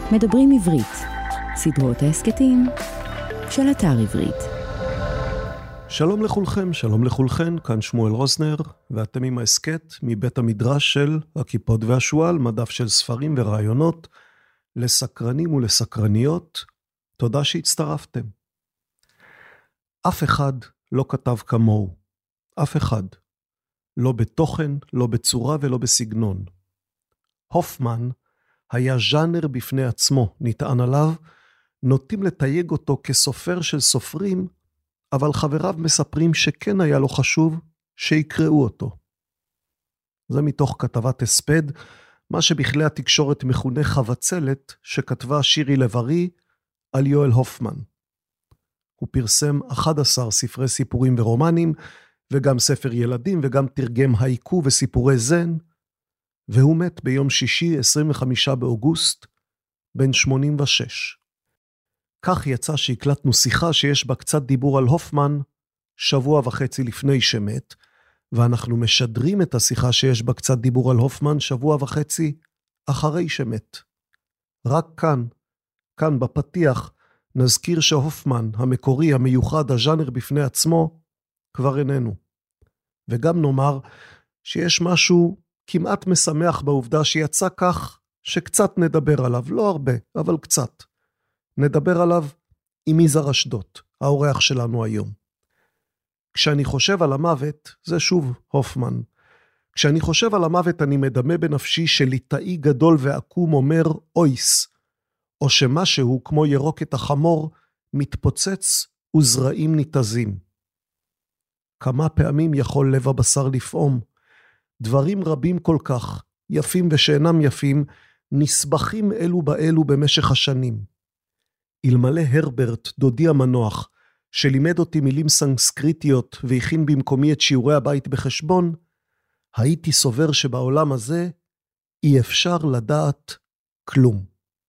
מדברים עברית, סדרות ההסקטים של אתר עברית. שלום לכולכם, שלום לכולכן, כאן שמואל רוזנר, ואתם עם ההסקט מבית המדרש של הכיפות והשועל, מדף של ספרים ורעיונות, לסקרנים ולסקרניות. תודה שהצטרפתם. אף אחד לא כתב כמוהו, אף אחד. לא בתוכן, לא בצורה ולא בסגנון. הופמן היה ז'אנר בפני עצמו, נטען עליו, נוטים לתייג אותו כסופר של סופרים, אבל חבריו מספרים שכן היה לו חשוב שיקראו אותו. זה מתוך כתבת הספד, מה שבכלי התקשורת מכונה חבצלת, שכתבה שירי לב-ארי על יואל הופמן. הוא פרסם 11 ספרי סיפורים ורומנים, וגם ספר ילדים, וגם תרגם הייקו וסיפורי זן, והוא מת ביום שישי 25 באוגוסט, בן 86. כך יצא שהקלטנו שיחה שיש בה קצת דיבור על הופמן, שבוע וחצי לפני שמת, ואנחנו משדרים את השיחה שיש בה קצת דיבור על הופמן, שבוע וחצי אחרי שמת. רק כאן בפתיח, נזכיר שהופמן, המקורי, המיוחד, הז'אנר בפני עצמו, כבר איננו. וגם נאמר שיש משהו כמעט משמח בעובדה שיצא כך שקצת נדבר עליו, לא הרבה, אבל קצת. נדבר עליו עם יזהר אשדוד, האורח שלנו היום. כשאני חושב על המוות, זה שוב הופמן. כשאני חושב על המוות אני מדמה בנפשי שליטאי גדול ועקום אומר אויס, או שמשהו כמו ירוקת החמור מתפוצץ וזרעים ניתזים. כמה פעמים יכול לב הבשר לפעום? דברים רבים כל כך, יפים ושאינם יפים, נסבכים אלו באלו במשך השנים. אלמלא הרברט, דודי המנוח, שלימד אותי מילים סנסקריטיות והכין במקומי את שיעורי הבית בחשבון, הייתי סובר שבעולם הזה אי אפשר לדעת כלום.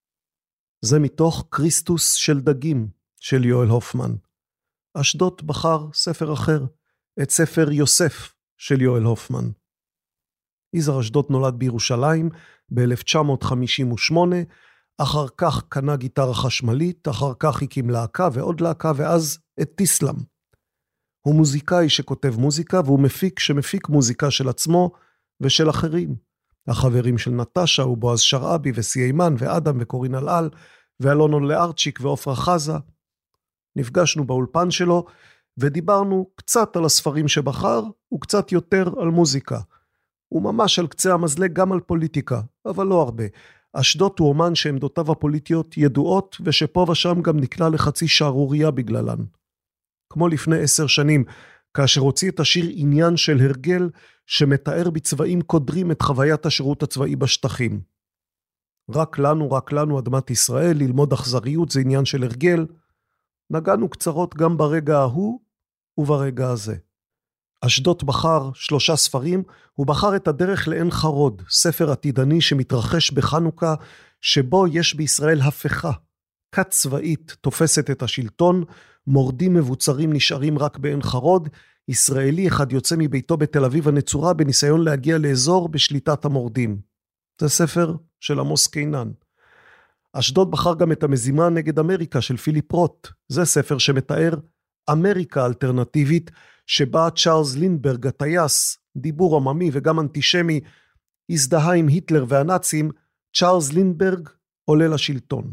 זה מתוך קריסטוס של דגים של יואל הופמן. אשדוד בחר ספר אחר, את ספר יוסף של יואל הופמן. יזהר אשדוד נולד בירושלים ב-1958, אחר כך קנה גיטרה חשמלית, אחר כך הקים להקה ועוד להקה ואז את טיסלם. הוא מוזיקאי שכותב מוזיקה והוא מפיק שמפיק מוזיקה של עצמו ושל אחרים. החברים של נטשה ובועז שרעבי וסיימן ואדם וקורין אלעל ואלונו לארצ'יק ואופרה חזה. נפגשנו באולפן שלו ודיברנו קצת על הספרים שבחר וקצת יותר על מוזיקה. וממש על קצה המזלג גם על פוליטיקה, אבל לא הרבה. אשדוד הוא אומן שעמדותיו הפוליטיות ידועות ושפה ושם גם נקלע לחצי שערוריה בגללן. כמו לפני 10 שנים, כאשר הוציא את השיר עניין של הרגל שמתאר בצבעים קודרים את חוויית השירות הצבאי בשטחים. רק לנו אדמת ישראל, ללמוד אכזריות זה עניין של הרגל. נגענו קצרות גם ברגע ההוא וברגע הזה. אשדוד בחר 3 ספרים, הוא בחר את הדרך לעין חרוד, ספר עתידני שמתרחש בחנוכה, שבו יש בישראל הפכה. כת צבאית תופסת את השלטון, מורדים מבוצרים נשארים רק בעין חרוד, ישראלי אחד יוצא מביתו בתל אביב הנצורה בניסיון להגיע לאזור בשליטת המורדים. זה ספר של עמוס קינן. אשדוד בחר גם את המזימה נגד אמריקה של פיליפ רוט, זה ספר שמתאר אמריקה אלטרנטיבית, שבה צ'ארלס לינדברג, הטייס, דיבור עממי וגם אנטישמי, הזדהה עם היטלר והנאצים, צ'ארלס לינדברג עולה לשלטון.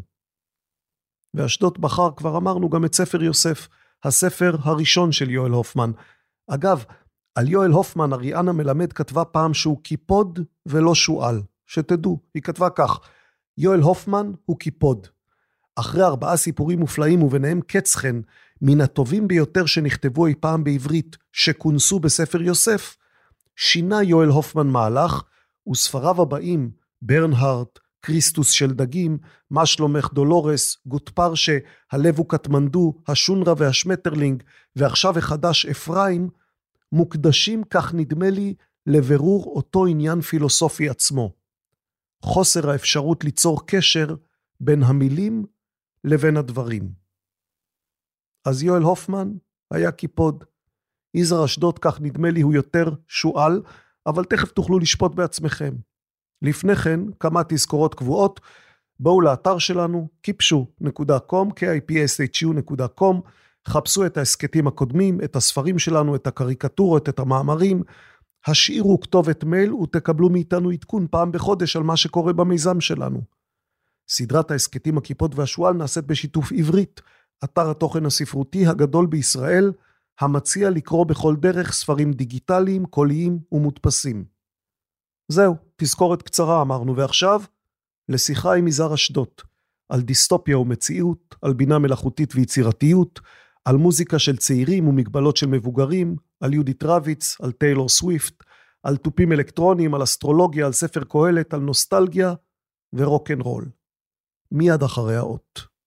ואשדוד בחר, כבר אמרנו, גם את ספר יוסף, הספר הראשון של יואל הופמן. אגב, על יואל הופמן, אריאנה מלמד כתבה פעם שהוא קיפוד ולא שועל. שתדעו, היא כתבה כך, יואל הופמן הוא קיפוד. אחרי 4 סיפורים מופלאים וביניהם קץ חן, מן הטובים ביותר שנכתבו אי פעם בעברית, שכונסו בספר יוסף, שינה יואל הופמן מהלך, וספריו הבאים, ברנהארט, קריסטוס של דגים, מה שלומך דולורס, גוט פרשה, הלב הוא קטמנדו, השונרה והשמטרלינג, ועכשיו החדש אפרים, מוקדשים, כך נדמה לי, לברור אותו עניין פילוסופי עצמו. חוסר האפשרות ליצור קשר בין המילים לבין הדברים. אז יואל הופמן היה קיפוד. יזהר אשדוד, כך נדמה לי, הוא יותר שועל, אבל תכף תוכלו לשפוט בעצמכם. לפני כן, כמה תזכורות קבועות, בואו לאתר שלנו, kipshu.com, kipshu.com, חפשו את ההסקטים הקודמים, את הספרים שלנו, את הקריקטורות, את המאמרים, השאירו כתובת מייל ותקבלו מאיתנו עדכון פעם בחודש על מה שקורה במיזם שלנו. סדרת ההסקטים הכיפות והשואל נעשית בשיתוף עברית, אתר התוכן הספרותי הגדול בישראל, המציע לקרוא בכל דרך ספרים דיגיטליים, קוליים ומודפסים. זהו, תזכורת קצרה אמרנו, ועכשיו לשיחה עם יזהר אשדוד, על דיסטופיה ומציאות, על בינה מלאכותית ויצירתיות, על מוזיקה של צעירים ומגבלות של מבוגרים, על יהודית רביץ, על טיילור סוויפט, על טופים אלקטרוניים, על אסטרולוגיה, על ספר קהלת, על נוסטלגיה ורוק אנד רול. מיד אחרי האות.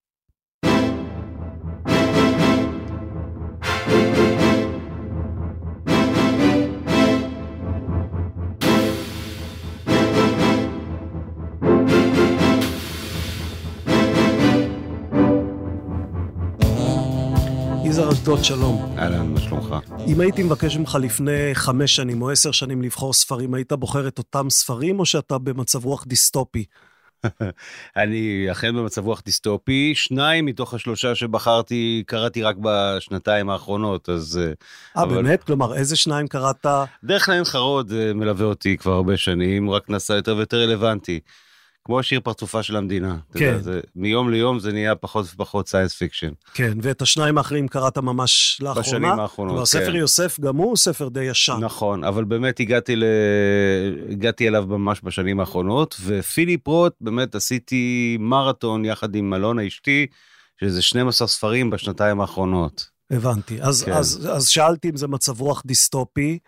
יזהר אשדוד, שלום. אהלן, מה שלומך? אם הייתי מבקש ממך לפני 5 שנים או 10 שנים לבחור ספרים, היית בוחר את אותם ספרים או שאתה במצב רוח דיסטופי? אני אכן במצב רוח דיסטופי, 2 מתוך 3 שבחרתי קראתי רק בשנתיים האחרונות, אז... באמת? כלומר, איזה 2 קראת? דרך כלל אין חרוד מלווה אותי כבר הרבה שנים, רק נעשה יותר ויותר רלוונטי. כמו השיר פרצופה של המדינה. כן. מיום ליום זה נהיה פחות ופחות סיינס פיקשן. כן, ואת 2 האחרים קראת ממש לאחרונה. בשנים האחרונות, כלומר, ספר יוסף גם הוא ספר די ישן. נכון, אבל באמת הגעתי אליו ממש בשנים האחרונות, ופיליפ רוט, באמת עשיתי מרתון יחד עם אלונה אשתי, שזה 12 ספרים בשנתיים האחרונות. הבנתי, אז שאלתי אם זה מצב רוח דיסטופי,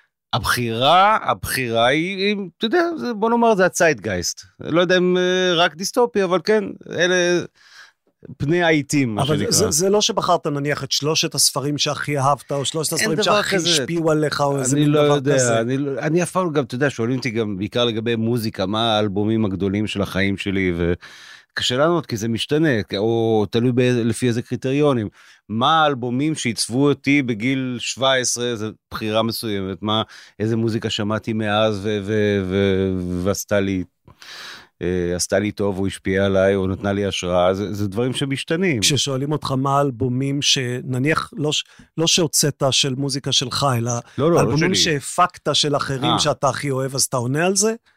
הבחירה היא, אתה יודע, בוא נאמר, זה הצייטגייסט. לא יודע אם רק דיסטופי, אבל כן, אלה פני העיתים, מה שנקרא. אבל זה לא שבחרת נניח את 3 הספרים שהכי אהבת, או 3 הספרים שהכי השפיעו עליך, או איזה מין דבר כזה. אני אף פעם גם, אתה יודע, שואלים אותי גם בעיקר לגבי מוזיקה, מה האלבומים הגדולים של החיים שלי, וקשה לענות, כי זה משתנה, או תלוי לפי איזה קריטריונים. מה האלבומים שעיצבו אותי בגיל 17, זו בחירה מסוימת, איזה מוזיקה שמעתי מאז, ועשתה לי טוב, או השפיעה עליי, או נתנה לי השראה, זה דברים שמשתנים. כששואלים אותך מה האלבומים שנניח, לא שהוצאת של מוזיקה שלך, אלא אלבומים שהפקת של אחרים שאתה הכי אוהב, אז אתה עונה על זה?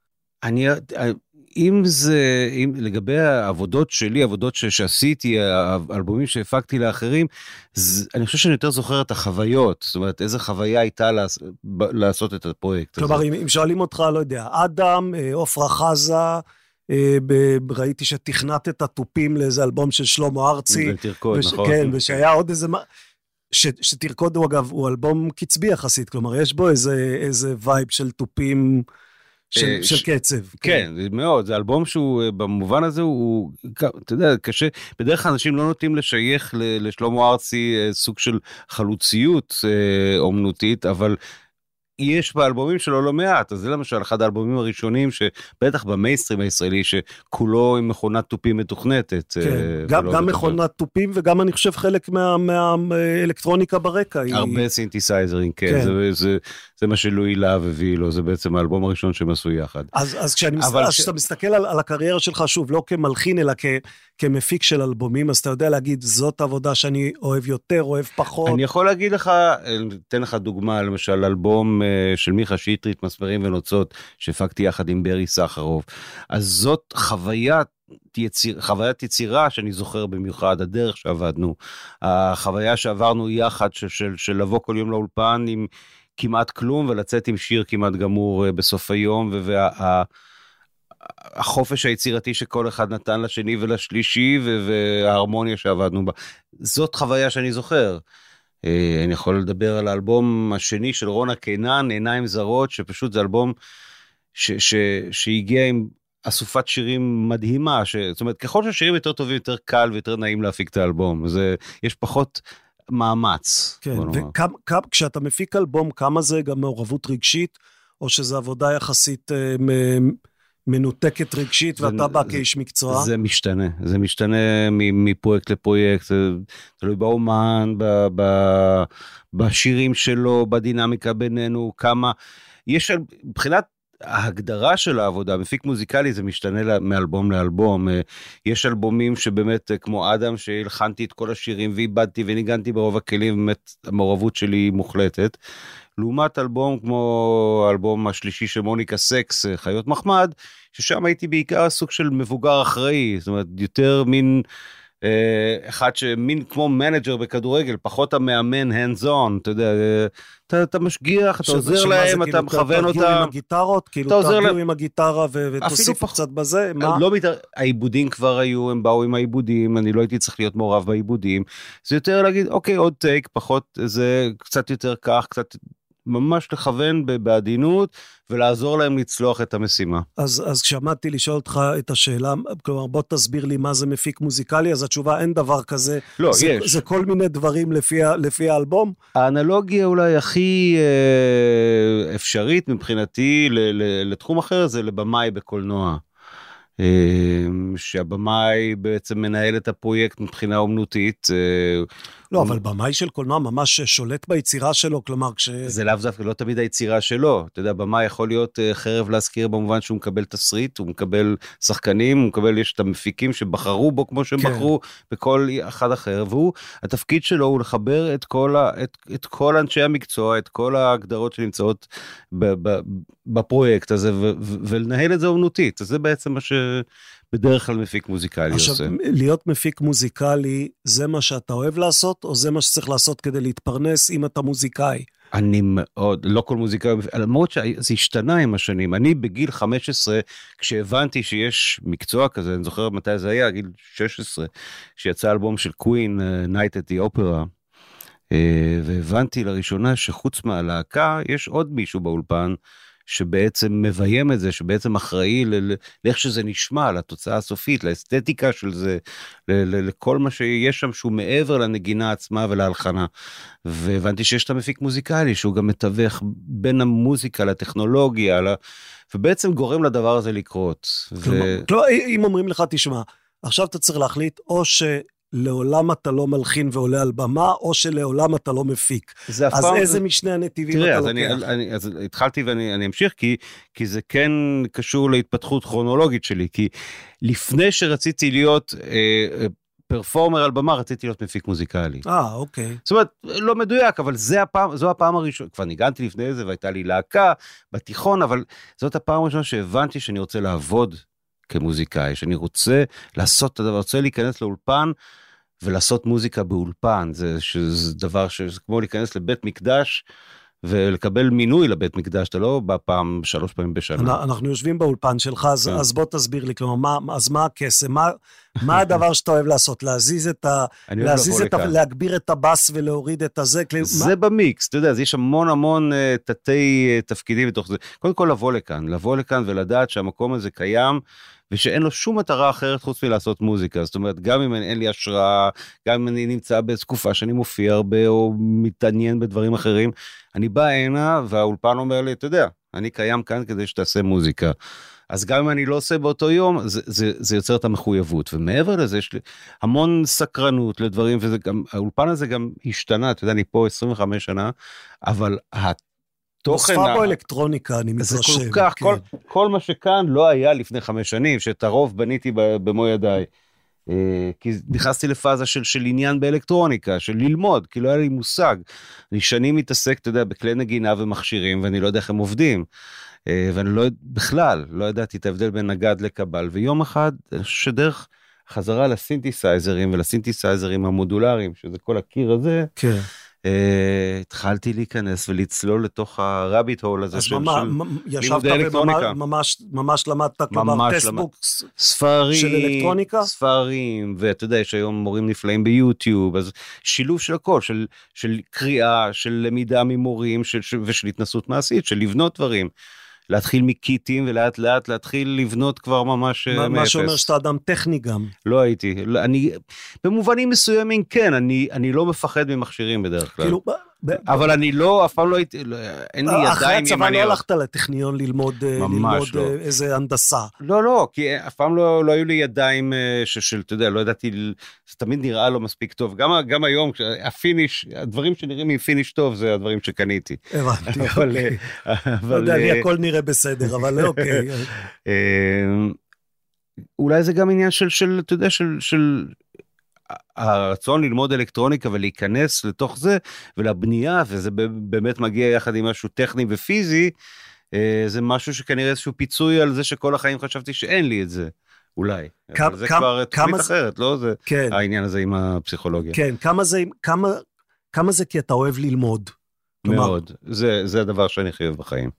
אם לגבי העבודות שלי, העבודות שעשיתי, האלבומים שהפקתי לאחרים, אני חושב שאני יותר זוכר את החוויות, זאת אומרת, איזה חוויה הייתה לעשות את הפרויקט הזה. כלומר, אם שואלים אותך, לא יודע, אדם, עופרה חזה, ראיתי שתכנת את הטופים לאיזה אלבום של שלמה ארצי. ותרקוד, נכון. כן, ושהיה עוד איזה... שתרקוד הוא אגב, הוא אלבום קצבי יחסית, כלומר, יש בו איזה וייב של טופים... של קצב. כן, מאוד, זה אלבום שהוא במובן הזה הוא, אתה יודע, קשה, בדרך כלל אנשים לא נוטים לשייך לשלמה ארצי סוג של חלוציות אומנותית, אבל יש באלבומים שלו לא מעט, אז זה למשל אחד האלבומים הראשונים שבטח במיינסטרים הישראלי שכולו עם מכונת טופים מתוכנתת. כן, גם מכונת טופים וגם אני חושב חלק מהאלקטרוניקה ברקע. הרבה סינתסייזרים, כן, זה מה שלואי להב הביא לו, זה בעצם האלבום הראשון שהם עשו יחד. אז כשאתה מסתכל על הקריירה שלך שוב, לא כמלחין אלא כמפיק של אלבומים, אז אתה יודע להגיד, זאת עבודה שאני אוהב יותר, אוהב פחות. אני יכול להגיד לך, אתן לך דוגמה, למשל אלבום של מיכה שטרית, מספרים ונוצות, שהפקתי יחד עם ברי סחרוף. אז זאת חוויית יצירה שאני זוכר במיוחד, הדרך שעבדנו, החוויה שעברנו יחד של לבוא כל יום לאולפן עם כמעט כלום, ולצאת עם שיר כמעט גמור בסוף היום, החופש היצירתי שכל אחד נתן לשני ולשלישי, וההרמוניה שעבדנו בה. זאת חוויה שאני זוכר. אני יכול לדבר על האלבום השני של רונה קינן, עיניים זרות, שפשוט זה אלבום שהגיע עם אסופת שירים מדהימה, זאת אומרת, ככל שהשירים יותר טובים, יותר קל ויותר נעים להפיק את האלבום. יש פחות מאמץ. כן, וכשאתה מפיק אלבום, כמה זה גם מעורבות רגשית, או שזה עבודה יחסית מנותקת רגשית, ואתה בא כאיש מקצוע? זה משתנה מפרויקט לפרויקט, זה תלוי באומן, בשירים שלו, בדינמיקה בינינו, כמה, יש מבחינת ההגדרה של העבודה, מפיק מוזיקלי זה משתנה מאלבום לאלבום, יש אלבומים שבאמת כמו אדם שהלחנתי את כל השירים ואיבדתי וניגנתי ברוב הכלים, באמת המעורבות שלי מוחלטת, לעומת אלבום כמו האלבום השלישי של מוניקה סקס, חיות מחמד, ששם הייתי בעיקר סוג של מבוגר אחראי, זאת אומרת יותר מין אחד שמין כמו מנג'ר בכדורגל, פחות המאמן hands on, אתה יודע, אתה משגיח, אתה עוזר להם, אתה מכוון אותם. תרגיעו עם הגיטרות, כאילו תרגיעו עם הגיטרה ותוסיפו קצת בזה, מה? העיבודים כבר היו, הם באו עם העיבודים, אני לא הייתי צריך להיות מעורב בעיבודים, זה יותר להגיד, אוקיי, עוד טייק, פחות, זה קצת יותר כך, קצת ממש לכוון בעדינות, ולעזור להם לצלוח את המשימה. אז כשעמדתי לשאול אותך את השאלה, כלומר, בוא תסביר לי מה זה מפיק מוזיקלי, אז התשובה אין דבר כזה. לא, יש. זה כל מיני דברים לפי האלבום? האנלוגיה אולי הכי אפשרית מבחינתי לתחום אחר, זה לבמאי בקולנוע. שהבמאי בעצם מנהל את הפרויקט מבחינה אומנותית. לא, אבל במאי של קולנוע ממש שולט ביצירה שלו, כלומר זה לאו דווקא, לא תמיד היצירה שלו, אתה יודע, במאי יכול להיות חרב להזכיר במובן שהוא מקבל תסריט, הוא מקבל שחקנים, הוא מקבל, יש את המפיקים שבחרו בו כמו שהם בחרו בכל אחד אחר, והוא, התפקיד שלו הוא לחבר את כל אנשי המקצוע, את כל ההגדרות שנמצאות בפרויקט הזה, ולנהל את זה אומנותית, אז זה בעצם מה בדרך כלל מפיק מוזיקלי עושה. עכשיו, להיות מפיק מוזיקלי, זה מה שאתה אוהב לעשות, או זה מה שצריך לעשות כדי להתפרנס אם אתה מוזיקאי? אני מאוד, לא כל מוזיקאי, למרות שזה השתנה עם השנים. אני בגיל 15, כשהבנתי שיש מקצוע כזה, אני זוכר מתי זה היה, גיל 16, כשיצא אלבום של קווין, Night at the Opera, והבנתי לראשונה שחוץ מהלהקה, יש עוד מישהו באולפן, שבעצם מביים את זה, שבעצם אחראי לאיך שזה נשמע, לתוצאה הסופית, לאסתטיקה של זה, לכל מה שיש שם שהוא מעבר לנגינה עצמה ולהלחנה. והבנתי שיש את המפיק מוזיקלי, שהוא גם מתווך בין המוזיקה לטכנולוגיה, ובעצם גורם לדבר הזה לקרות. כלומר, אם אומרים לך, תשמע, עכשיו אתה צריך להחליט, או לעולם אתה לא מלחין ועולה על במה, או שלעולם אתה לא מפיק. אז איזה משני הנתיבים אתה לוקח? תראה, אז התחלתי ואני אמשיך, כי זה כן קשור להתפתחות כרונולוגית שלי, כי לפני שרציתי להיות פרפורמר על במה, רציתי להיות מפיק מוזיקלי. אוקיי. זאת אומרת, לא מדויק, אבל זו הפעם הראשונה, כבר ניגנתי לפני זה, והייתה לי להקה בתיכון, אבל זאת הפעם הראשונה שהבנתי שאני רוצה לעבוד כמוזיקאי, שאני רוצה לעשות את הדבר, רוצה להיכנס לאולפן ולעשות מוזיקה באולפן, זה דבר שזה כמו להיכנס לבית מקדש ולקבל מינוי לבית מקדש, אתה לא בא פעם 3 פעמים בשנה. אנחנו יושבים באולפן שלך, אז בוא תסביר לי, כלומר, אז מה הקסם, מה הדבר שאתה אוהב לעשות, להגביר את הבאס ולהוריד את הזה? זה במיקס, אתה יודע, אז יש המון תתי תפקידים בתוך זה. קודם כל לבוא לכאן ולדעת שהמקום הזה קיים, ושאין לו שום מטרה אחרת חוץ מלעשות מוזיקה, זאת אומרת, גם אם אין לי השראה, גם אם אני נמצא בתקופה שאני מופיע הרבה, או מתעניין בדברים אחרים, אני בא הנה, והאולפן אומר לי, אתה יודע, אני קיים כאן כדי שתעשה מוזיקה. אז גם אם אני לא עושה באותו יום, זה יוצר את המחויבות, ומעבר לזה יש לי המון סקרנות לדברים, והאולפן הזה גם השתנה, אתה יודע, אני פה 25 שנה, אבל נוספה בו אלקטרוניקה, אני מתרשם. זה כל כך, כל מה שכאן לא היה לפני 5 שנים, שאת הרוב בניתי במו ידיי. כי נכנסתי לפאזה של עניין באלקטרוניקה, של ללמוד, כי לא היה לי מושג. אני שנים מתעסק, אתה יודע, בכלי נגינה ומכשירים, ואני לא יודע איך הם עובדים. ואני בכלל לא ידעתי את ההבדל בין נגד לקבל, ויום אחד, שדרך חזרה לסינתסייזרים, ולסינתסייזרים המודולריים, שזה כל הקיר הזה, כן. התחלתי להיכנס ולצלול לתוך הרביט הול הזה של ישבת וממש למדת, כלומר טסטבוקס של אלקטרוניקה? ספרים, ואתה יודע, יש היום מורים נפלאים ביוטיוב, אז שילוב של הכל, של קריאה, של למידה ממורים, ושל התנסות מעשית, של לבנות דברים. להתחיל מקיטים ולאט לאט להתחיל לבנות כבר ממש מאפס. מה שאומר שאתה אדם טכני גם. לא הייתי, אני, במובנים מסוימים כן, אני לא מפחד ממכשירים בדרך כלל. כאילו, אבל אני לא, אף פעם לא הייתי, אין לי ידיים ימניות. אחרי הצבא לא הלכת לטכניון ללמוד איזה הנדסה. לא, כי אף פעם לא היו לי ידיים של, אתה יודע, לא ידעתי, זה תמיד נראה לא מספיק טוב. גם היום, הפיניש, הדברים שנראים עם פיניש טוב, זה הדברים שקניתי. הבנתי, אוקיי. לא יודע, לי הכל נראה בסדר, אבל אוקיי. אולי זה גם עניין של, אתה יודע, של הרצון ללמוד אלקטרוניקה ולהיכנס לתוך זה, ולבנייה, וזה באמת מגיע יחד עם משהו טכני ופיזי, זה משהו שכנראה איזשהו פיצוי על זה שכל החיים חשבתי שאין לי את זה, אולי. זה כבר תוכנית אחרת, לא? זה העניין הזה עם הפסיכולוגיה. כן, כמה זה כי אתה אוהב ללמוד? מאוד, זה הדבר שאני חייב בחיים.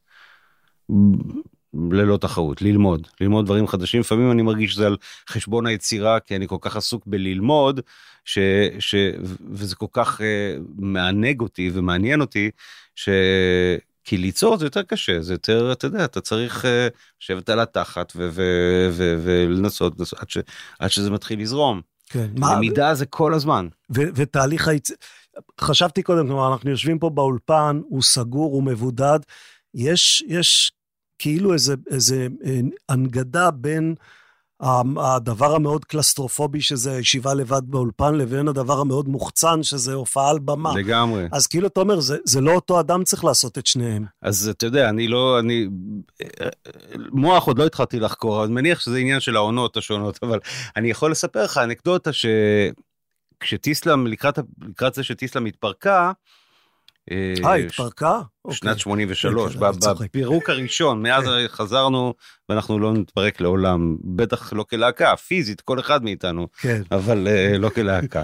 ללא תחרות, ללמוד דברים חדשים. לפעמים אני מרגיש שזה על חשבון היצירה, כי אני כל כך עסוק בללמוד, וזה כל כך מענג אותי ומעניין אותי, כי ליצור זה יותר קשה, זה יותר, אתה יודע, אתה צריך לשבת על התחת ולנסות עד שזה מתחיל לזרום. למידה זה כל הזמן. ותהליך חשבתי קודם, כלומר, אנחנו יושבים פה באולפן, הוא סגור, הוא מבודד, יש כאילו איזה הנגדה בין הדבר המאוד קלסטרופובי, שזה ישיבה לבד באולפן, לבין הדבר המאוד מוחצן, שזה הופעה על במה. לגמרי. אז כאילו אתה אומר, זה לא אותו אדם צריך לעשות את שניהם. אז אתה יודע, מוח עוד לא התחלתי לחקור, אני מניח שזה עניין של העונות השונות, אבל אני יכול לספר לך אנקדוטה כשטיסלאם, לקראת זה שטיסלאם התפרקה, התפרקה? שנת 83, בפירוק הראשון, מאז חזרנו, ואנחנו לא נתפרק לעולם, בטח לא כלהקה, פיזית, כל אחד מאיתנו, אבל לא כלהקה.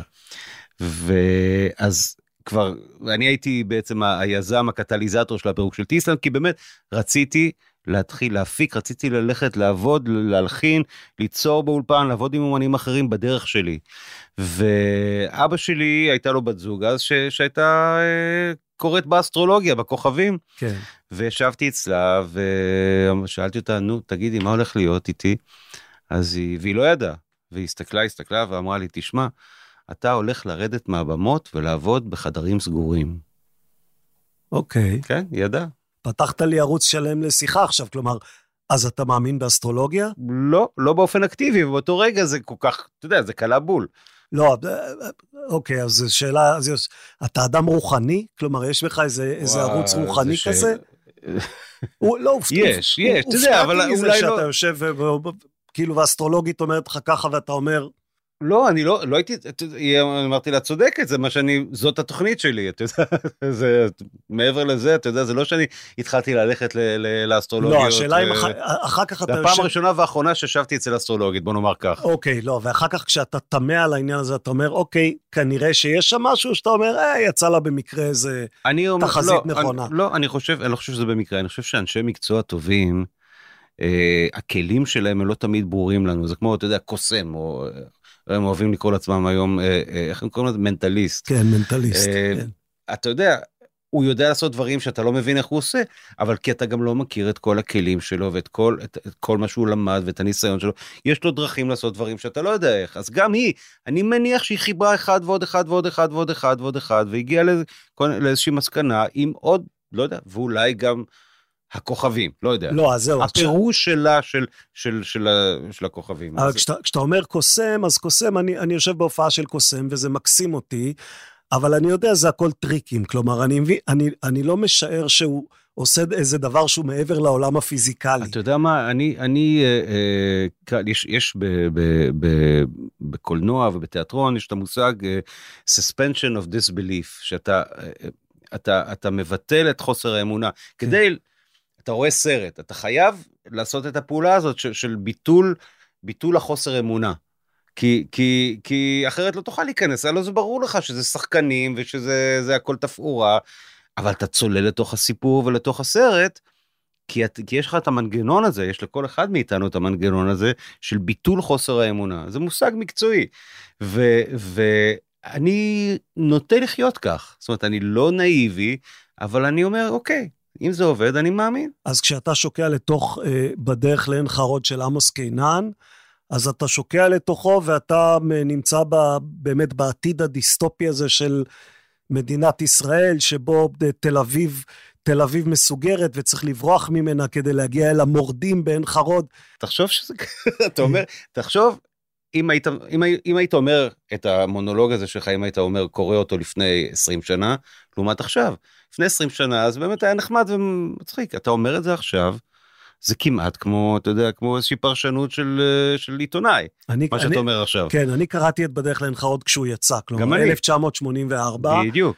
ואז כבר, אני הייתי בעצם היזם, הקטליזטור של הפירוק של טיסלאם, כי באמת רציתי להתחיל להפיק, רציתי ללכת לעבוד, להלחין, ליצור באולפן, לעבוד עם אומנים אחרים בדרך שלי. ואבא שלי הייתה לו בת זוג, אז שהייתה קוראת באסטרולוגיה, בכוכבים. כן. וישבתי אצלה, ושאלתי אותה, נו, תגידי, מה הולך להיות איתי? והיא לא ידעה, והיא הסתכלה ואמרה לי, תשמע, אתה הולך לרדת מהבמות ולעבוד בחדרים סגורים. אוקיי. כן, היא ידעה. פתחת לי ערוץ שלם לשיחה עכשיו, כלומר, אז אתה מאמין באסטרולוגיה? לא באופן אקטיבי, ובאותו רגע זה כל כך, אתה יודע, זה קלה בול. לא, אוקיי, אז שאלה, אתה אדם רוחני? כלומר, יש לך איזה ערוץ רוחני כזה? יש, אתה יודע, אבל אולי לא... שאתה יושב, כאילו, ואסטרולוגית אומרת לך ככה, ואתה אומר... לא, אני לא הייתי, אמרתי לה, צודקת, זאת התוכנית שלי, אתה יודע, מעבר לזה, אתה יודע, זה לא שאני התחלתי ללכת לאסטרולוגיות. לא, השאלה אם אחר כך אתה יושב... זה הפעם הראשונה והאחרונה ששבתי אצל אסטרולוגית, בוא נאמר כך. אוקיי, לא, ואחר כך כשאתה תמה על העניין הזה, אתה אומר, אוקיי, כנראה שיש שם משהו שאתה אומר, יצא לה במקרה איזה תחזית נכונה. לא, אני לא חושב שזה במקרה, אני חושב שאנשי מקצוע טובים, הכלים שלהם הם לא תמיד ברורים לנו, זה כמו, אתה יודע, קוסם, או... הם אוהבים לקרוא לעצמם היום, איך הם קוראים לזה? מנטליסט. כן, מנטליסט. אתה יודע, הוא יודע לעשות דברים שאתה לא מבין איך הוא עושה, אבל כי אתה גם לא מכיר את כל הכלים שלו, ואת כל מה שהוא למד, ואת הניסיון שלו, יש לו דרכים לעשות דברים שאתה לא יודע איך. אז גם היא, אני מניח שהיא חיברה אחד ועוד אחד ועוד אחד ועוד אחד ועוד אחד, והגיעה לאיזושהי מסקנה עם עוד, לא יודע, ואולי גם... הכוכבים, לא יודע. לא, אז זהו. הפירוש שלה של הכוכבים. אבל כשאתה אומר קוסם, אז קוסם, אני יושב בהופעה של קוסם, וזה מקסים אותי, אבל אני יודע, זה הכל טריקים, כלומר, אני לא משער שהוא עושה איזה דבר שהוא מעבר לעולם הפיזיקלי. אתה יודע מה, יש בקולנוע ובתיאטרון, יש את המושג suspension of disbelief, שאתה מבטל את חוסר האמונה, כדי... אתה רואה סרט, אתה חייב לעשות את הפעולה הזאת של ביטול החוסר אמונה. כי אחרת לא תוכל להיכנס, לא זה ברור לך שזה שחקנים ושזה הכל תפאורה, אבל אתה צולל לתוך הסיפור ולתוך הסרט, כי יש לך את המנגנון הזה, יש לכל אחד מאיתנו את המנגנון הזה של ביטול חוסר האמונה. זה מושג מקצועי. ואני נוטה לחיות כך. זאת אומרת, אני לא נאיבי, אבל אני אומר, אוקיי, אם זה עובד, אני מאמין. אז כשאתה שוקע לתוך, בדרך לעין חרוד של עמוס קינן, אז אתה שוקע לתוכו, ואתה נמצא באמת בעתיד הדיסטופי הזה מדינת ישראל, שבו תל אביב מסוגרת, וצריך לברוח ממנה כדי להגיע אל המורדים בעין חרוד. תחשוב שזה, אתה אומר, תחשוב, אם היית אומר את המונולוג הזה שלך, אם היית אומר, קורא אותו לפני 20 שנה, לעומת עכשיו, לפני 20 שנה, אז באמת היה נחמד ומצחיק, אתה אומר את זה עכשיו, זה כמעט כמו, אתה יודע, כמו איזושהי פרשנות של עיתונאי, מה שאתה אומר עכשיו. כן, אני קראתי את בדרך לעין חרוד כשהוא יצא, כלומר, 1984. בדיוק.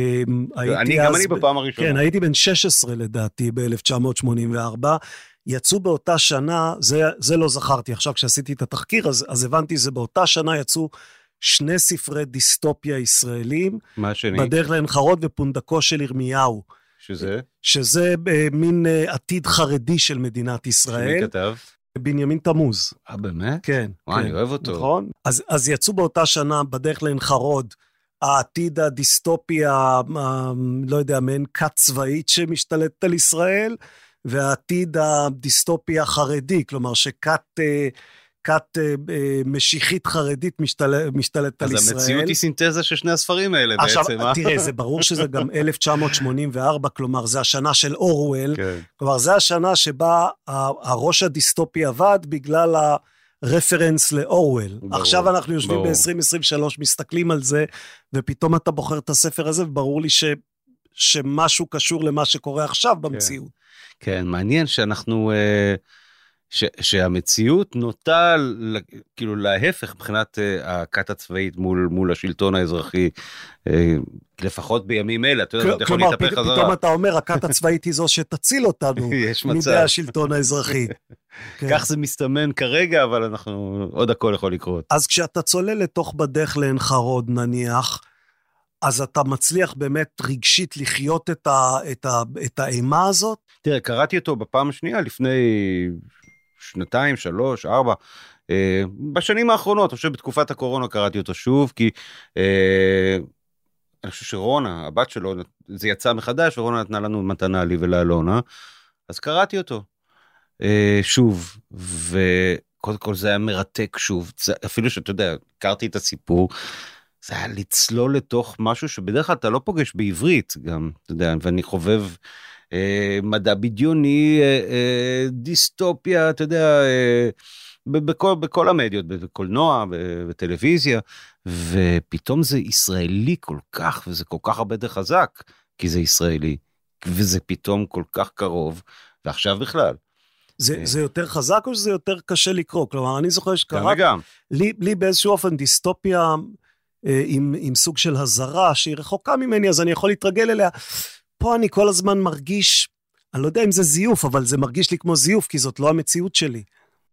גם אני בפעם הראשונה. כן, הייתי בן 16 לדעתי ב-1984, יצאו באותה שנה, זה לא זכרתי, עכשיו כשעשיתי את התחקיר, אז הבנתי, זה באותה שנה יצאו 2 ספרי דיסטופיה ישראלים, מה השני? בדרך לעין חרוד ופונדקו של ירמיהו. שזה? שזה מין עתיד חרדי של מדינת ישראל. שמי כתב? בנימין תמוז. באמת? כן. וואי, אני אוהב אותו. נכון? אז יצאו באותה שנה, בדרך לעין חרוד, העתיד הדיסטופיה, לא יודע, מעין כת צבאית שמשתלטת על ישראל, והעתיד הדיסטופיה החרדי, כלומר כת משיחית חרדית משתלטת על ישראל. אז המציאות היא סינתזה של שני הספרים האלה בעצם. עכשיו, תראה, זה ברור שזה גם 1984, כלומר, זה השנה של אורוול, כלומר, זה השנה שבה הראש הדיסטופי עבד בגלל הרפרנס לאורוול. עכשיו אנחנו יושבים ב-2023, מסתכלים על זה, ופתאום אתה בוחר את הספר הזה, וברור לי שמשהו קשור למה שקורה עכשיו במציאות. כן, מעניין שאנחנו... שהמציאות נוטה כאילו להפך מבחינת הכת הצבאית מול השלטון האזרחי, לפחות בימים אלה, אתה יודע, אתה יכול להתהפך חזרה. פתאום אתה אומר, הכת הצבאית היא זו שתציל אותנו מידי השלטון האזרחי. כך זה מסתמן כרגע, אבל עוד הכל יכול לקרות. אז כשאתה צולל לתוך בדרך לעין חרוד נניח, אז אתה מצליח באמת רגשית לחיות את האימה הזאת? תראה, קראתי אותו בפעם השנייה לפני... 2, 3, 4, בשנים האחרונות, אני חושב בתקופת הקורונה קראתי אותו שוב, כי אני חושב שרונה, הבת שלו, זה יצא מחדש, ורונה נתנה לנו מתנה לי ולאלונה, אז קראתי אותו שוב, וקודם כל זה היה מרתק שוב, אפילו שאתה יודע, הכרתי את הסיפור, זה היה לצלול לתוך משהו שבדרך כלל אתה לא פוגש בעברית גם, אתה יודע, ואני חובב, מדע בדיוני, דיסטופיה, אתה יודע, בכל המדיות, בקולנוע, בטלוויזיה, ופתאום זה ישראלי כל כך, וזה כל כך הרבה יותר חזק, כי זה ישראלי, וזה פתאום כל כך קרוב, ועכשיו בכלל. זה יותר חזק או שזה יותר קשה לקרוא? כלומר, אני זוכר שקראת, לי באיזשהו אופן דיסטופיה, עם סוג של הזרה, שהיא רחוקה ממני, אז אני יכול להתרגל אליה, פה אני כל הזמן מרגיש, אני לא יודע אם זה זיוף, אבל זה מרגיש לי כמו זיוף, כי זאת לא המציאות שלי.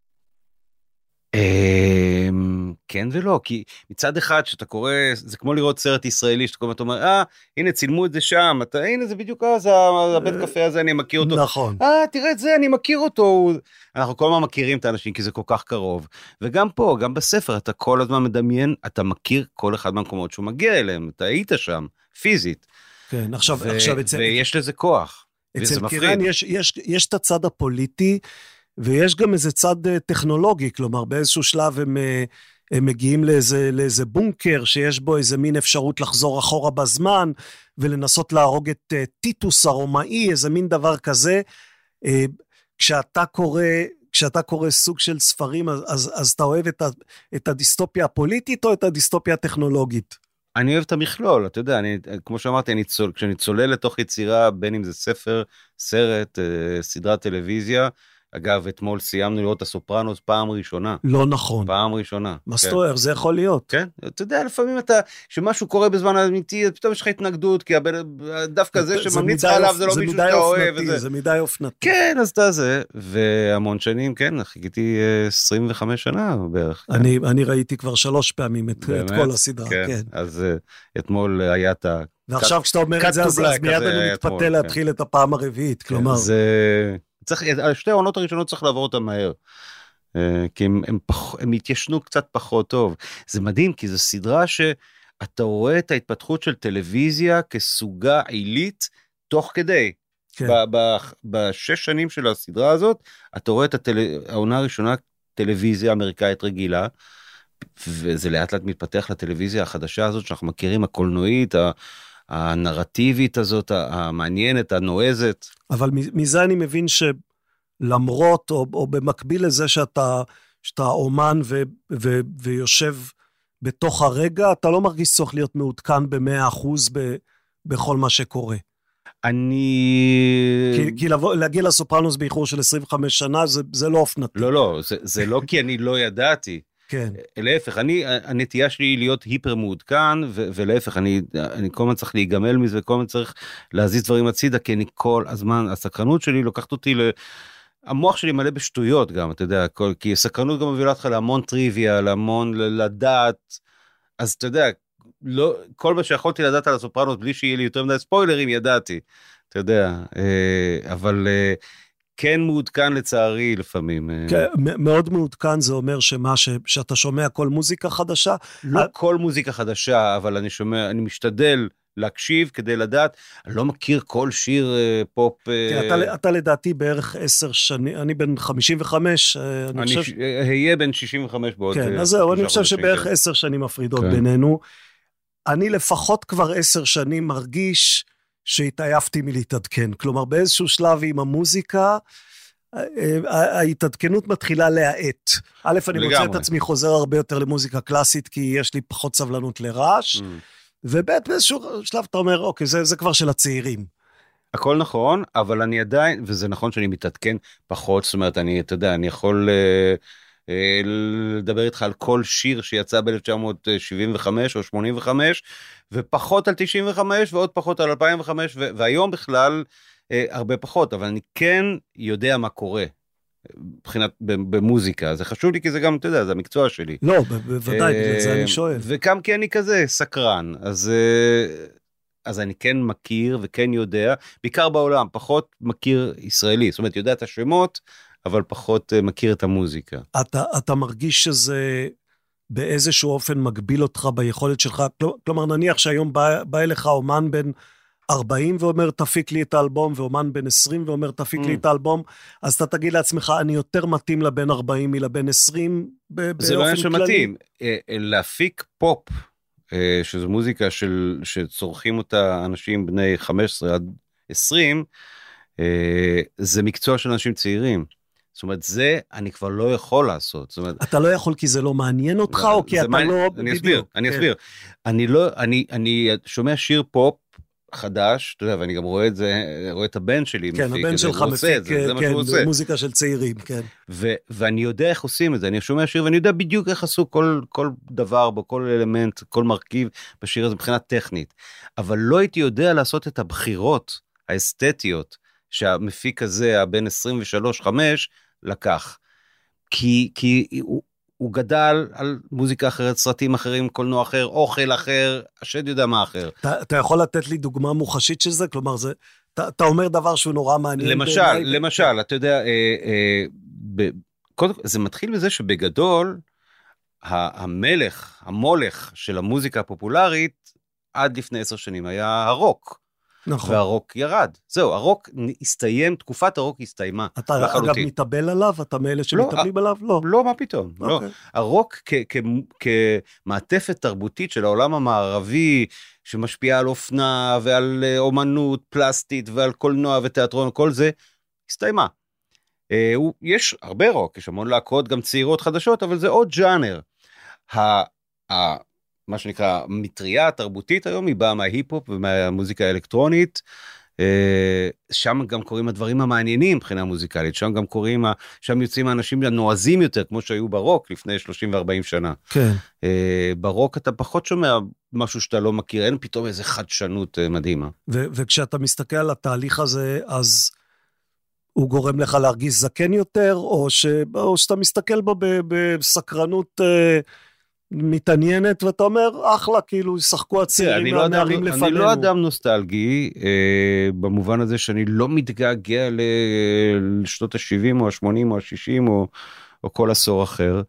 כן ולא, כי מצד אחד שאתה קורא, זה כמו לראות סרט ישראלי, שאתה קורא ואתה אומר, הנה צילמו את זה שם, הנה זה בדיוק הבית קפה הזה, אני מכיר אותו. נכון. תראה את זה, אני מכיר אותו. אנחנו כל הזמן מכירים את האנשים, כי זה כל כך קרוב. וגם פה, גם בספר, אתה כל הזמן מדמיין, אתה מכיר כל אחד מהמקומות שהוא מגיע אליהם, אתה היית שם, פיזית. כן, ויש לזה כוח. אצל קירן יש את הצד הפוליטי, ויש גם איזה צד טכנולוגי, כלומר באיזשהו שלב הם מגיעים לאיזה בונקר, שיש בו איזה מין אפשרות לחזור אחורה בזמן, ולנסות להרוג את טיטוס הרומאי, איזה מין דבר כזה. כשאתה קורא סוג של ספרים, אז אתה אוהב את הדיסטופיה הפוליטית, או את הדיסטופיה הטכנולוגית? אני אוהב את המכלול, אתה יודע, כמו שאמרתי, כשאני צולל לתוך יצירה, בין אם זה ספר, סרט, סדרת טלוויזיה, אגב, אתמול סיימנו לראות את הסופרנוס פעם ראשונה. לא נכון. פעם ראשונה. מה זאת אומרת? זה יכול להיות. כן, אתה יודע, לפעמים שמשהו קורה בזמן האמיתי, פתאום יש לך התנגדות, כי דווקא זה שממליץ עליו, זה לא מישהו שאתה אוהב. זה מדי אופנתי. כן, אז אתה זה, והמון שנים, כן, חיכיתי 25 שנה בערך. אני ראיתי כבר 3 פעמים את כל הסדרה, כן. אז אתמול היה את ה... ועכשיו כשאתה אומר את זה, אז מיד אני מתפתה להתחיל את הפעם הרביעית, כלומר... שתי העונות הראשונות צריך לעבור אותם מהר, כי הם התיישנו קצת פחות טוב. זה מדהים, כי זו סדרה שאתה רואה את ההתפתחות של טלוויזיה כסוגה עילית תוך כדי. ב6 שנים של הסדרה הזאת, אתה רואה את העונה הראשונה טלוויזיה אמריקאית רגילה, וזה לאט לאט מתפתח לטלוויזיה החדשה הזאת שאנחנו מכירים, הקולנועית, הנרטיבית הזאת, המעניינת, הנועזת. אבל מזה אני מבין שלמרות, או במקביל לזה שאתה אומן ויושב בתוך הרגע, אתה לא מרגיש צורך להיות מעודכן ב100% בכל מה שקורה. כי להגיע לסופרנוס באיחור של 25 שנה, זה לא אופנתי. לא, זה לא כי אני לא ידעתי. כן. להפך, הנטייה שלי להיות היפר מעודכן, ולהפך, אני כל הזמן צריך להיגמל מזה, וכל הזמן צריך להזיז דברים הצידה, כי אני כל הזמן, הסקרנות שלי לוקחת אותי המוח שלי מלא בשטויות גם, אתה יודע, כי סקרנות גם מובילה אותך להמון טריוויה, להמון לדעת, אז אתה יודע, כל מה שיכולתי לדעת על הסופרנוס, בלי שיהיה לי יותר מדי ספוילרים, ידעתי, אתה יודע, אבל כן מעודכן לצערי לפעמים. כן, מאוד מעודכן זה אומר שאתה שומע כל מוזיקה חדשה? לא כל מוזיקה חדשה, אבל אני משתדל להקשיב כדי לדעת, אני לא מכיר כל שיר פופ. אתה לדעתי בערך 10 שנים, אני בן 55, אני אהיה בן 65 בעוד. כן, אז זהו, אני חושב שבערך 10 שנים מפרידות בינינו. אני לפחות כבר 10 שנים מרגיש שהתעייפתי מלהתעדכן, כלומר באיזשהו שלב עם המוזיקה, ההתעדכנות מתחילה להאט. א', אני מוצא את עצמי חוזר הרבה יותר למוזיקה קלאסית, כי יש לי פחות סבלנות לרעש, וב' באיזשהו שלב אתה אומר, אוקיי, זה כבר של הצעירים. הכל נכון, אבל אני עדיין, וזה נכון שאני מתעדכן פחות, זאת אומרת, אתה יודע, אני יכול לדבר איתך על כל שיר שיצא ב-1975 או 85, ופחות על 95 ועוד פחות על 2005, והיום בכלל הרבה פחות, אבל אני כן יודע מה קורה. מבחינת במוזיקה, זה חשוב לי כי זה גם, אתה יודע, זה המקצוע שלי. לא, בוודאי, בגלל זה אני שואל. וגם כי אני כזה סקרן, אז אני כן מכיר וכן יודע, בעיקר בעולם, פחות מכיר ישראלי, זאת אומרת, יודע את השמות, אבל פחות מכיר את המוזיקה. אתה מרגיש שזה באיזשהו אופן מגביל אותך ביכולת שלך, כלומר, נניח שהיום בא אליך אומן בין 40 ואומר תפיק לי את האלבום, ואומן בין 20 ואומר תפיק לי את האלבום, אז אתה תגיד לעצמך, אני יותר מתאים לבן 40 מלבן 20 באופן כללי. זה לא שמתאים. להפיק פופ, שזו מוזיקה שצורכים אותה אנשים בני 15 עד 20, זה מקצוע של אנשים צעירים. זאת אומרת, זה אני כבר לא יכול לעשות. זאת אומרת, אתה לא יכול כי זה לא מעניין אותך, או כי אתה לא... אני אסביר. אני שומע שיר פופ, חדש, אתה יודע, ואני גם רואה את זה, רואה את הבן שלי כן, מפיק, הבן שלך מפיק, כן, מוזיקה של צעירים, כן. ואני יודע איך עושים את זה, אני שומע שיר, ואני יודע בדיוק איך עשו כל דבר בו, כל אלמנט, כל מרכיב בשיר הזה מבחינה טכנית, אבל לא הייתי יודע לעשות את הבחירות האסתטיות, שהמפיק הזה, הבן 23-5, לקח. כי הוא גדל על מוזיקה אחרת, סרטים אחרים, קולנוע אחר, אוכל אחר, השד יודע מה אחר. אתה יכול לתת לי דוגמה מוחשית של זה? כלומר, אתה אומר דבר שהוא נורא מעניין. למשל, אתה יודע, זה מתחיל בזה שבגדול, המולך של המוזיקה הפופולרית, עד לפני 10 שנים היה הרוק. נכון. והרוק ירד. זהו, הרוק הסתיים, תקופת הרוק הסתיימה. אתה אגב מתאבל עליו? אתה מאלה שמתאבלים עליו? לא. לא, מה פתאום? לא. הרוק כמעטפת תרבותית של העולם המערבי, שמשפיעה על אופנה ועל אומנות פלסטית ועל קולנוע ותיאטרון, כל זה, הסתיימה. יש הרבה רוק, יש המון להקות, גם צעירות חדשות, אבל זה עוד ג'אנר. מה שנקרא מטריה התרבותית היום, היא באה מההיפ-הופ ומהמוזיקה האלקטרונית, שם גם קוראים הדברים המעניינים מבחינה מוזיקלית, שם גם קוראים, שם יוצאים האנשים הנועזים יותר, כמו שהיו ברוק לפני 30 ו-40 שנה. כן. ברוק אתה פחות שומע משהו שאתה לא מכיר, אין פתאום איזה חדשנות מדהימה. וכשאתה מסתכל על התהליך הזה, אז הוא גורם לך להרגיש זקן יותר, או שאתה מסתכל בו בסקרנות מתעניינת, ואתה אומר, אחלה, כאילו, ישחקו הצעירים מהנערים לפנינו. אני לא אדם נוסטלגי, במובן הזה שאני לא מתגעגע לשנות ה-70 או ה-80 או ה-60 או כל עשור אחר.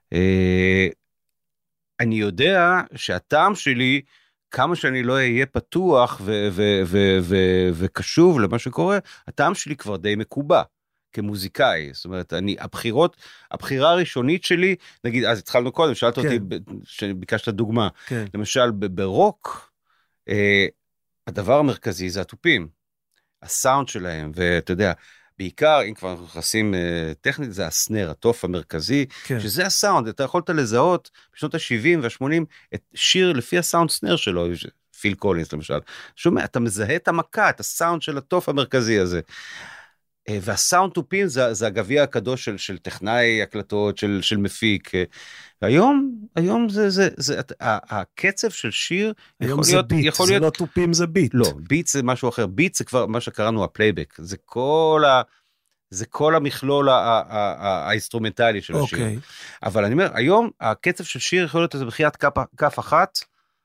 אני יודע שהטעם שלי, כמה שאני לא אהיה פתוח וקשוב למה שקורה, הטעם שלי כבר די מקובע. כמוזיקאי, זאת אומרת, הבחירה הראשונית שלי, נגיד, אז התחלנו קודם, שאלת אותי, שביקשת דוגמה, למשל, ברוק, הדבר המרכזי זה הטופים, הסאונד שלהם, ואתה יודע, בעיקר, אם כבר אנחנו נכנסים טכנית, זה הסנר, התוף המרכזי, כן. שזה הסאונד, אתה יכולת לזהות בשנות ה-70 וה-80, את שיר לפי הסאונד סנר שלו, פיל קולינס למשל, שומע, אתה מזהה את המכה, את הסאונד של התוף המרכזי הזה, והסאונד טופים זה הגביע הקדוש של טכנאי הקלטות, של מפיק, והיום זה הקצב של שיר, היום זה ביט, זה לא טופים, זה ביט. לא, ביט זה משהו אחר, ביט זה כבר מה שקראנו הפלייבק, זה כל המכלול האינסטרומנטלי של השיר. אבל אני אומר, היום הקצב של שיר יכול להיות איזה בחיית כף אחת,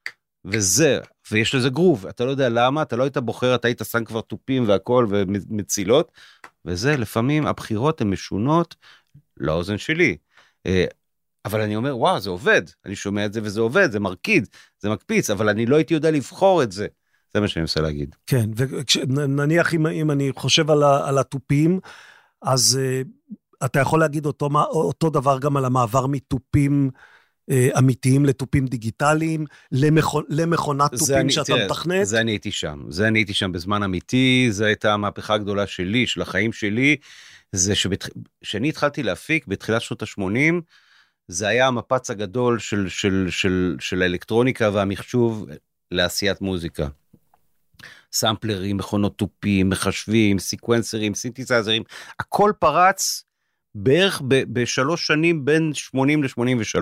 ויש לזה גרוב, אתה לא יודע למה, אתה לא היית בוחר, אתה היית שם כבר טופים והכל ומצילות, וזה לפעמים הבחירות הן משונות לאוזן שלי. אבל אני אומר, וואו, זה עובד, אני שומע את זה וזה עובד, זה מרקיד, זה מקפיץ, אבל אני לא הייתי יודע לבחור את זה. זה מה שאני מנסה להגיד. כן, ונניח אם אני חושב על הטופים, אז אתה יכול להגיד אותו דבר גם על המעבר מטופים אמיתיים לטופים דיגיטליים, למכונת טופים שאתה מתכנת. זה אני הייתי שם בזמן אמיתי, זו הייתה המהפכה הגדולה שלי, של החיים שלי, זה שאני התחלתי להפיק בתחילת שנות ה-80, זה היה המפץ הגדול של האלקטרוניקה והמחשוב לעשיית מוזיקה. סמפלרים, מכונות טופים, מחשבים, סיקוונסרים, סינתסייזרים, הכל פרץ בערך בשלוש שנים בין 80 ל-83.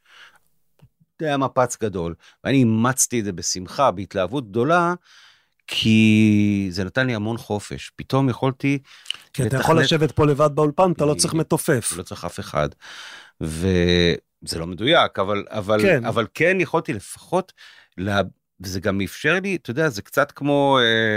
זה היה מפץ גדול, ואני אימצתי את זה בשמחה, בהתלהבות גדולה, כי זה נתן לי המון חופש. פתאום יכולתי... כי אתה יכול לשבת פה לבד באולפן, אתה לא צריך מתופף. לא צריך אף אחד. וזה לא מדויק, אבל כן יכולתי לפחות, וזה גם אפשר לי, אתה יודע, זה קצת כמו,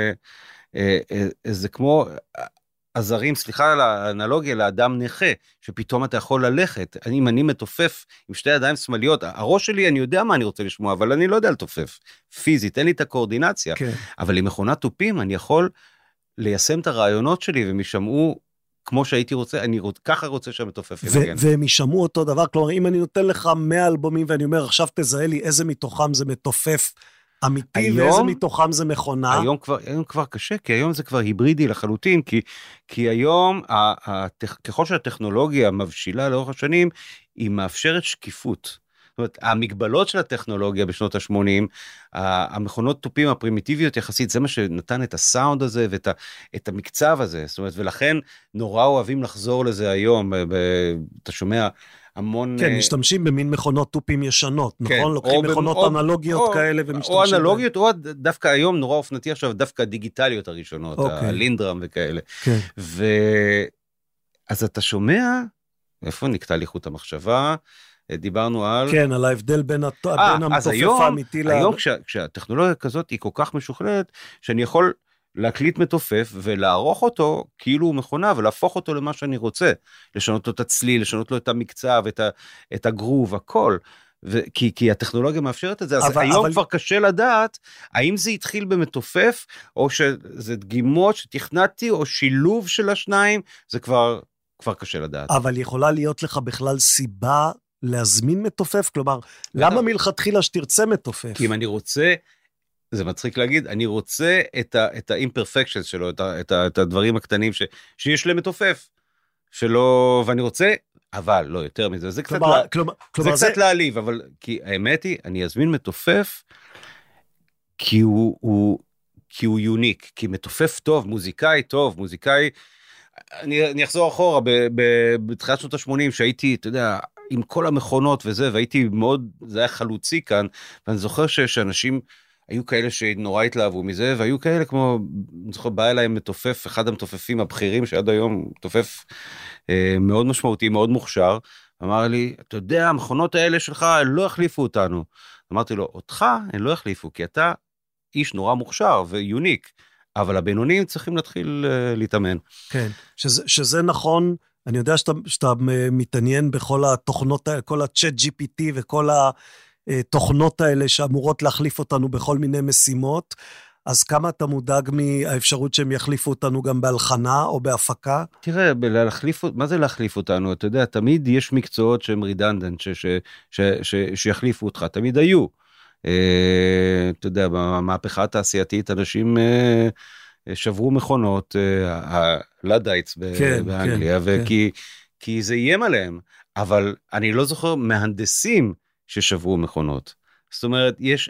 זה כמו עזרים, סליחה על האנלוגיה, לאדם נכה, שפתאום אתה יכול ללכת, אם אני מתופף עם שתי ידיים שמאליות, הראש שלי, אני יודע מה אני רוצה לשמוע, אבל אני לא יודע לתופף, פיזית, אין לי את הקואורדינציה, אבל עם מכונת טופים, אני יכול ליישם את הרעיונות שלי, והם ישמעו כמו שהייתי רוצה, אני ככה רוצה שהמתופף ינגן. והם ישמעו אותו דבר, כלומר, אם אני נותן לך 100 אלבומים, ואני אומר, עכשיו תזהה לי איזה מתוכם זה מתופף אמיתי, ואיזה מתוכם זה מכונה. היום כבר קשה, כי היום זה כבר היברידי לחלוטין, כי היום, ככל שהטכנולוגיה מבשילה לאורך השנים, היא מאפשרת שקיפות. זאת אומרת, המגבלות של הטכנולוגיה בשנות ה-80, המכונות טופים הפרימיטיביות יחסית, זה מה שנתן את הסאונד הזה, ואת המקצב הזה, זאת אומרת, ולכן נורא אוהבים לחזור לזה היום, אתה שומע המון... כן, משתמשים במין מכונות טופים ישנות, נכון? לוקחים מכונות אנלוגיות כאלה ומשתמשים... או אנלוגיות, או דווקא היום נורא אופנתי עכשיו, דווקא הדיגיטליות הראשונות, הלינדרם וכאלה. אז אתה שומע, איפה נקטע לי חוט המחשבה? דיברנו על... כן, על ההבדל בין המתופף האמיתי ל... היום כשהטכנולוגיה כזאת היא כל כך משוכללת, שאני יכול להקליט מתופף ולערוך אותו כאילו הוא מכונה, ולהפוך אותו למה שאני רוצה. לשנות לו את הצליל, לשנות לו את המקצב, את הגרוב, הכל. כי הטכנולוגיה מאפשרת את זה, אז היום כבר קשה לדעת, האם זה התחיל במתופף, או שזה דגימות שתכנתי, או שילוב של השניים, זה כבר קשה לדעת. אבל יכולה להיות לך בכלל סיבה להזמין מתופף? כלומר, למה מלכתחילה שתרצה מתופף? כי אם אני רוצה, זה מצחיק להגיד, אני רוצה את ה-imperfections שלו, את הדברים הקטנים שיש להם מתופף, שלא, ואני רוצה, אבל לא יותר מזה, זה קצת להעליב, אבל כי האמת היא, אני אזמין מתופף, כי הוא יוניק, כי מתופף טוב, מוזיקאי, אני אחזור אחורה, בתחילת שנות ה-80, שהייתי, אתה יודע, עם כל המכונות וזה, והייתי מאוד, זה היה חלוצי כאן, ואני זוכר שאנשים היו כאלה שנורא התלהבו מזה, והיו כאלה כמו, אני זוכר, בא אליי מתופף, אחד המתופפים הבכירים, שעד היום מתופף מאוד משמעותי, מאוד מוכשר, אמר לי, אתה יודע, המכונות האלה שלך, לא יחליפו אותנו. אמרתי לו, אותך הם לא יחליפו, כי אתה איש נורא מוכשר ויוניק, אבל הבינונים צריכים להתחיל להתאמן. כן, שזה נכון, אני יודע שאתה מתעניין בכל התוכנות, כל הצ'אט GPT וכל התוכנות האלה שאמורות להחליף אותנו בכל מיני משימות, אז כמה אתה מודאג מהאפשרות שהם יחליפו אותנו גם בהלחנה או בהפקה? תראה, מה זה להחליף אותנו? אתה יודע, תמיד יש מקצועות שהם רידנדנט, שיחליפו אותך, תמיד היו. אתה יודע, במהפכה התעשייתית, אנשים שברו מכונות, הלדייטס באנגליה, כי זה איים עליהם, אבל אני לא זוכר מהנדסים ששברו מכונות. זאת אומרת, יש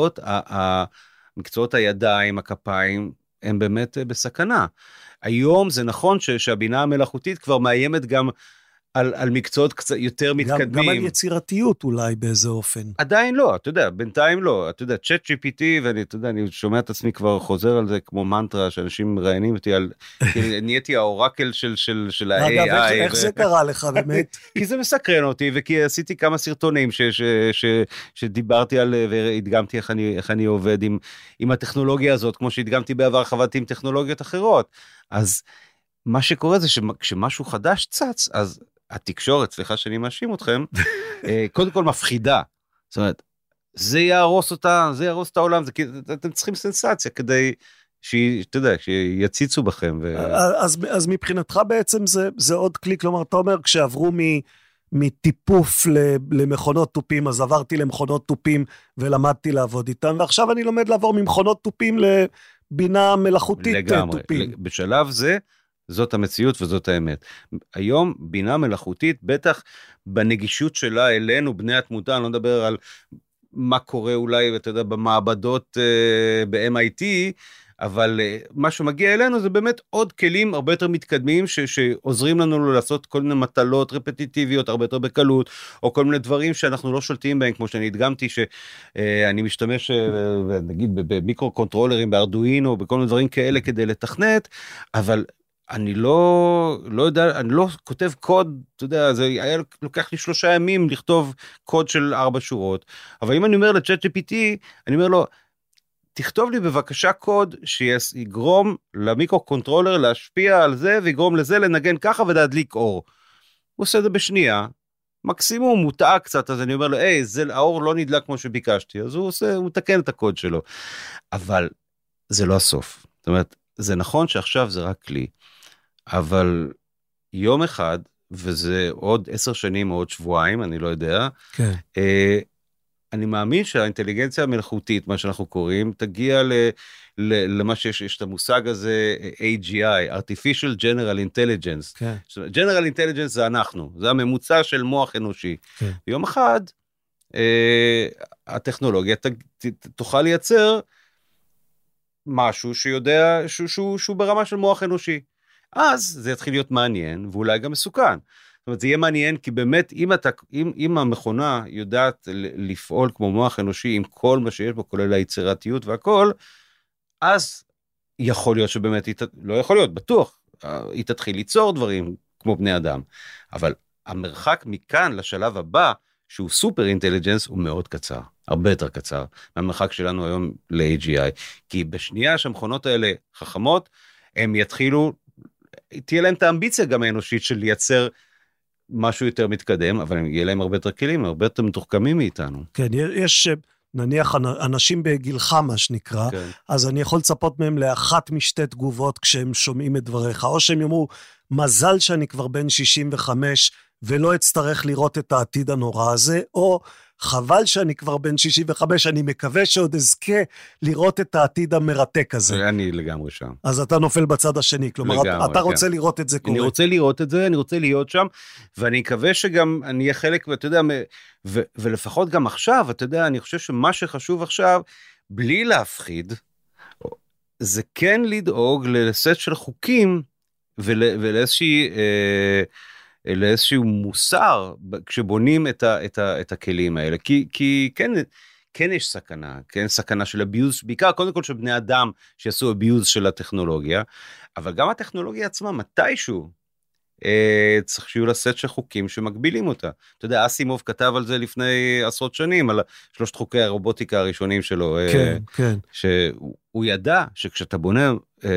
מקצועות הידיים, הכפיים, הם באמת בסכנה. היום זה נכון שהבינה המלאכותית כבר מאיימת גם על מקצועות קצת יותר מתקדמים. גם על יצירתיות אולי באיזה אופן. עדיין לא, אתה יודע, בינתיים לא. אתה יודע, ChatGPT, ואני, אתה יודע, אני שומע את עצמי כבר חוזר על זה כמו מנטרה, שאנשים מראיינים אותי על, נהייתי האורקל של ה-AI. אגב, איך זה קרה לך באמת? כי זה מסקרן אותי, וכי עשיתי כמה סרטונים שדיברתי על, והדגמתי איך אני עובד עם הטכנולוגיה הזאת, כמו שהדגמתי בעבר, חוודתי עם טכנולוגיות אחרות. אז מה שקורה זה שכשמשהו חדש צץ, אז התקשורת, סליחה שאני מאשים אתכם, קודם כל מפחידה. זאת אומרת, זה יהרוס את העולם, אתם צריכים סנסציה כדי שאתה יודע, שיציצו בכם. אז מבחינתך בעצם זה עוד כלי, כלומר, אתה אומר, כשעברו מטיפוף למכונות טופים, אז עברתי למכונות טופים ולמדתי לעבוד איתן, ועכשיו אני לומד לעבור ממכונות טופים לבינה מלאכותית טופים. בשלב זה, זאת המציאות וזאת האמת. היום בינה מלאכותית, בטח בנגישות שלה אלינו, בני התמותה, אני לא מדבר על מה קורה אולי, אתה יודע, במעבדות ב-MIT, אבל מה שמגיע אלינו זה באמת עוד כלים הרבה יותר מתקדמים שעוזרים לנו לעשות כל מיני מטלות רפטיטיביות הרבה יותר בקלות, או כל מיני דברים שאנחנו לא שולטים בהם, כמו שאני הדגמתי שאני משתמש נגיד במיקרו קונטרולרים, בארדואינו, בכל מיני דברים כאלה כדי לתכנת, אבל אני לא יודע, אני לא כותב קוד, אתה יודע, זה היה לוקח לי 3 ימים לכתוב קוד של 4 שורות, אבל אם אני אומר ל-ChatGPT, אני אומר לו, תכתוב לי בבקשה קוד שיגרום למיקרו קונטרולר להשפיע על זה, ויגרום לזה לנגן ככה ולהדליק אור. הוא עושה את זה בשנייה, מקסימום הוא טעה קצת, אז אני אומר לו, האור לא נדלק כמו שביקשתי, אז הוא מתקן את הקוד שלו. אבל זה לא הסוף. זאת אומרת, זה נכון שעכשיו זה רק כלי, אבל יום אחד, וזה עוד 10 שנים או עוד שבועיים, אני לא יודע, כן. אני מאמין שהאינטליגנציה המלאכותית, מה שאנחנו קוראים, תגיע למה שיש את המושג הזה, AGI, Artificial General Intelligence. כן. General Intelligence זה אנחנו, זה הממוצע של מוח אנושי. כן. יום אחד, הטכנולוגיה תוכל לייצר משהו שיודע שהוא ברמה של מוח אנושי. אז זה יתחיל להיות מעניין, ואולי גם מסוכן. זאת אומרת, זה יהיה מעניין, כי באמת, אם המכונה יודעת לפעול כמו מוח אנושי, עם כל מה שיש בו, כולל היצירתיות והכל, אז יכול להיות שבאמת, לא יכול להיות, בטוח, היא תתחיל ליצור דברים כמו בני אדם. אבל המרחק מכאן לשלב הבא, שהוא סופר אינטליג'נס, הוא מאוד קצר, הרבה יותר קצר, מהמרחק שלנו היום ל-AGI. כי בשנייה שהמכונות האלה חכמות, הם יתחילו, תהיה להם את האמביציה גם האנושית של לייצר משהו יותר מתקדם, אבל יהיה להם הרבה יותר כלים, הרבה יותר מתוחכמים מאיתנו. כן, יש נניח אנשים בגילך מה שנקרא, כן. אז אני יכול לצפות מהם לאחת משתי תגובות כשהם שומעים את דבריך, או שהם יאמרו, מזל שאני כבר בן 65 ולא אצטרך לראות את העתיד הנורא הזה, או חבל שאני כבר בן 65, אני מקווה שעוד אזכה לראות את העתיד המרתק הזה. אני לגמרי שם. אז אתה נופל בצד השני, כלומר, לגמרי, אתה רוצה כן. לראות את זה קורה. אני רוצה לראות את זה, אני רוצה להיות שם, ואני מקווה שגם אני אהיה חלק, ואתה יודע, ולפחות גם עכשיו, אתה יודע, אני חושב שמה שחשוב עכשיו, בלי להפחיד, זה כן לדאוג לסט של חוקים, ולאיזשהו מוסר, כשבונים את הכלים האלה, כי כן יש סכנה, כן סכנה של אביוז, בעיקר קודם כל של בני אדם שיעשו אביוז של הטכנולוגיה, אבל גם הטכנולוגיה עצמה מתישהו, צריך שיהיו לה סט של חוקים שמגבילים אותה. אתה יודע, אסימוב כתב על זה לפני עשרות שנים, על 3 חוקי הרובוטיקה הראשונים שלו, כן, כן. שהוא ידע שכשאתה בונה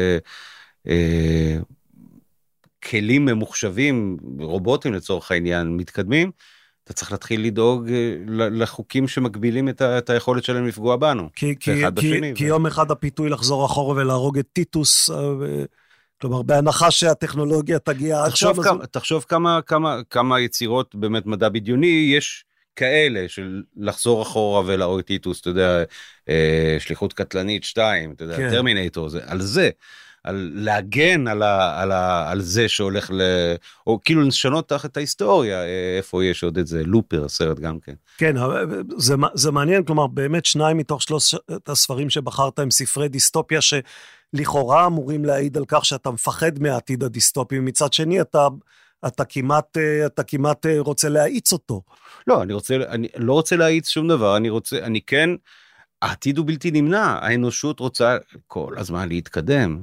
כלים ממוחשבים, רובוטים לצורך העניין, מתקדמים, אתה צריך להתחיל לדאוג לחוקים שמגבילים את היכולת שלהם לפגוע בנו. כי יום אחד הפיתוי לחזור אחורה ולהרוג את טיטוס, כלומר, בהנחה שהטכנולוגיה תגיע עד שם. תחשוב כמה יצירות באמת מדע בדיוני יש כאלה, של לחזור אחורה ולהרוג טיטוס, אתה יודע, שליחות קטלנית 2, אתה יודע, כן. טרמינטור, על זה, על להגן על זה שהולך או כאילו לשנות תחת את ההיסטוריה, איפה יש עוד את זה, לופר, הסרט גם כן. כן, זה מעניין, כלומר, באמת 2 מתוך 3 הספרים שבחרת הם ספרי דיסטופיה, שלכאורה אמורים להעיד על כך שאתה מפחד מהעתיד הדיסטופי, ומצד שני אתה כמעט רוצה להאיץ אותו. לא, אני לא רוצה להאיץ שום דבר, אני כן, העתיד הוא בלתי נמנע, האנושות רוצה כל הזמן להתקדם,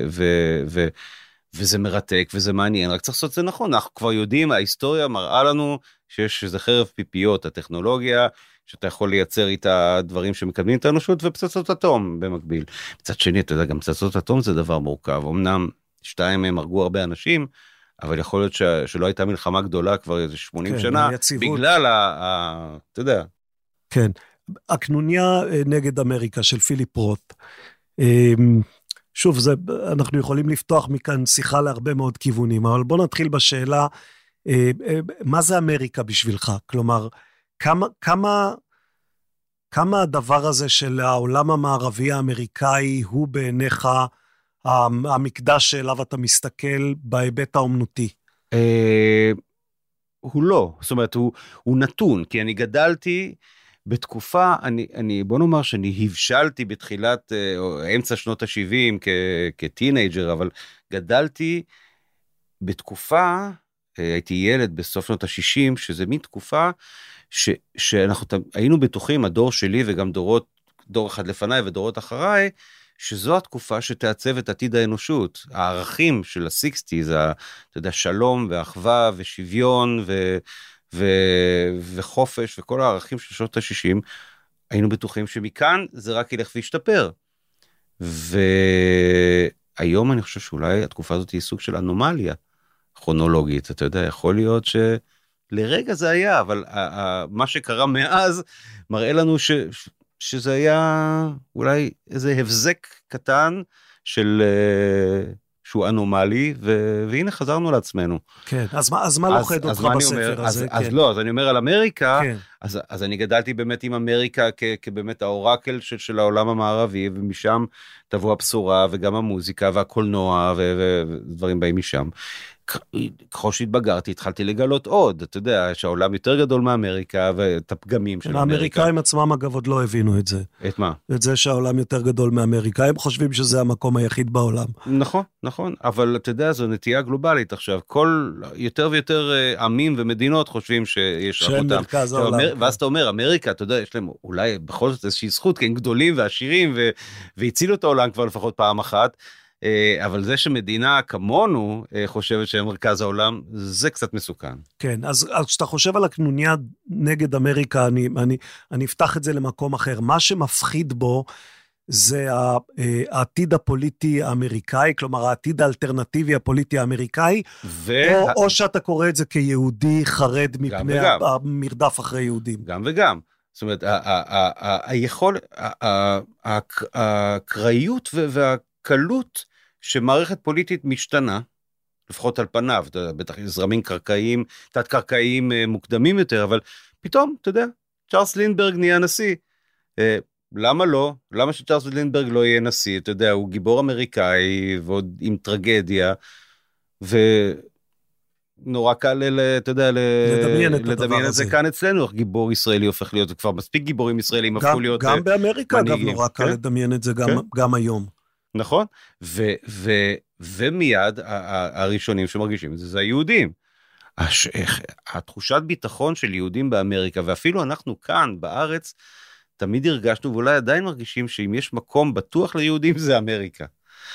וזה מרתק וזה מעניין, רק צריך לעשות את זה נכון, אנחנו כבר יודעים, ההיסטוריה מראה לנו שיש איזה חרב פיפיות, הטכנולוגיה, שאתה יכול לייצר איתה דברים שמקדמים את האנושות, ופצצות אטום במקביל. מצד שני, אתה יודע, גם פצצות אטום זה דבר מורכב, אמנם 2 מהם הרגו הרבה אנשים, אבל יכול להיות שלא הייתה מלחמה גדולה כבר איזה 80 שנה, בגלל אתה יודע. כן, הקנוניה נגד אמריקה של פיליפ רוט. שוב, אנחנו יכולים לפתוח מכאן שיחה להרבה מאוד כיוונים, אבל בוא נתחיל בשאלה, מה זה אמריקה בשבילך? כלומר, כמה הדבר הזה של העולם המערבי האמריקאי הוא בעיניך המקדש שאליו אתה מסתכל בהיבט האומנותי? הוא לא, זאת אומרת, הוא נתון, כי אני גדלתי בתקופה, בוא נאמר שאני הבשלתי בתחילת, או אמצע שנות ה-70 כטינאג'ר, אבל גדלתי בתקופה, הייתי ילד בסוף שנות ה-60, שזה מין תקופה שאנחנו היינו בטוחים, הדור שלי וגם דור אחד לפניי ודורות אחריי, שזו התקופה שתעצב את עתיד האנושות. הערכים של ה-60s, אתה יודע, שלום ואחווה ושוויון וחופש וכל הערכים של שנות ה-60, היינו בטוחים שמכאן זה רק ילך וישתפר. והיום אני חושב שאולי התקופה הזאת היא סוג של אנומליה כרונולוגית. אתה יודע, יכול להיות שלרגע זה היה, אבל מה שקרה מאז מראה לנו שזה היה אולי איזה הבזק קטן שהוא אנומלי, והנה חזרנו לעצמנו. כן, אז מה לוחד אותך בספר הזה? אז אני אומר על אמריקה, אז אני גדלתי באמת עם אמריקה כבאמת האורקל של העולם המערבי, ומשם תבוא הבשורה וגם המוזיקה והקולנוע ודברים באים משם. ככל שהתבגרתי, התחלתי לגלות עוד, אתה יודע, שהעולם יותר גדול מאמריקה, ואת הפגמים של אמריקה. האמריקאים עצמם, אגב, עוד לא הבינו את זה. את מה? את זה שהעולם יותר גדול מאמריקה, הם חושבים שזה המקום היחיד בעולם. נכון, אבל אתה יודע, זו נטייה גלובלית עכשיו, יותר ויותר עמים ומדינות חושבים שיש רק אותם. מרכז העולם. ואז אתה אומר, אמריקה, אתה יודע, יש להם אולי בכל זאת איזושהי זכות, כי הם גדולים ועשירים, והצילו את העולם כבר לפחות פעם אחת, אבל זה שמדינה כמונו חושבת שמרכז העולם, זה קצת מסוכן. כן, אז כשאתה חושב על הקנוניה נגד אמריקה, אני אפתח את זה למקום אחר. מה שמפחיד בו זה העתיד הפוליטי האמריקאי, כלומר העתיד האלטרנטיבי הפוליטי האמריקאי, או שאתה קורא את זה כיהודי חרד מפני המרדף אחרי יהודים. גם וגם. זאת אומרת, הקראיות והקלות שמערכת פוליטית משתנה, לפחות על פניו, בטח זרמים קרקעיים, תת-קרקעיים מוקדמים יותר, אבל פתאום, אתה יודע, צ'ארלס לינדברג נהיה נשיא. למה לא? למה שצ'ארלס לינדברג לא יהיה נשיא? אתה יודע, הוא גיבור אמריקאי, ועוד עם טרגדיה, ונורא קל, אתה יודע, לדמיין את זה כאן אצלנו, איך גיבור ישראלי הופך להיות, וכבר מספיק גיבורים ישראלים הפכו להיות מנהיגים. גם באמריקה, אגב, נורא קל לדמיין את זה גם היום. נכון? ומיד הראשונים שמרגישים את זה, זה היהודים. התחושת ביטחון של יהודים באמריקה, ואפילו אנחנו כאן בארץ, תמיד הרגשנו, ואולי עדיין מרגישים שאם יש מקום בטוח ליהודים, זה אמריקה.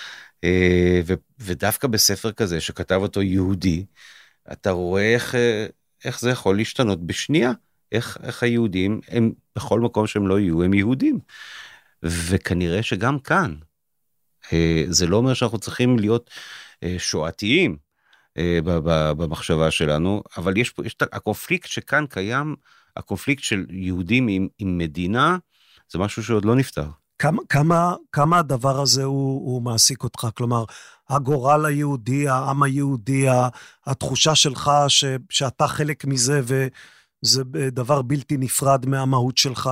ודווקא בספר כזה, שכתב אותו יהודי, אתה רואה איך זה יכול להשתנות בשנייה, איך היהודים, הם בכל מקום שהם לא יהיו, הם יהודים. וכנראה שגם כאן, זה לא אומר שאנחנו צריכים להיות שואתיים במחשבה שלנו, אבל יש הקונפליקט שכאן קיים, הקונפליקט של יהודים עם מדינה, זה משהו שעוד לא נפתר. כמה הדבר הזה הוא מעסיק אותך? כלומר, הגורל היהודי, העם היהודי, התחושה שלך שאתה חלק מזה, זה דבר בלתי נפרד מהמהות שלך?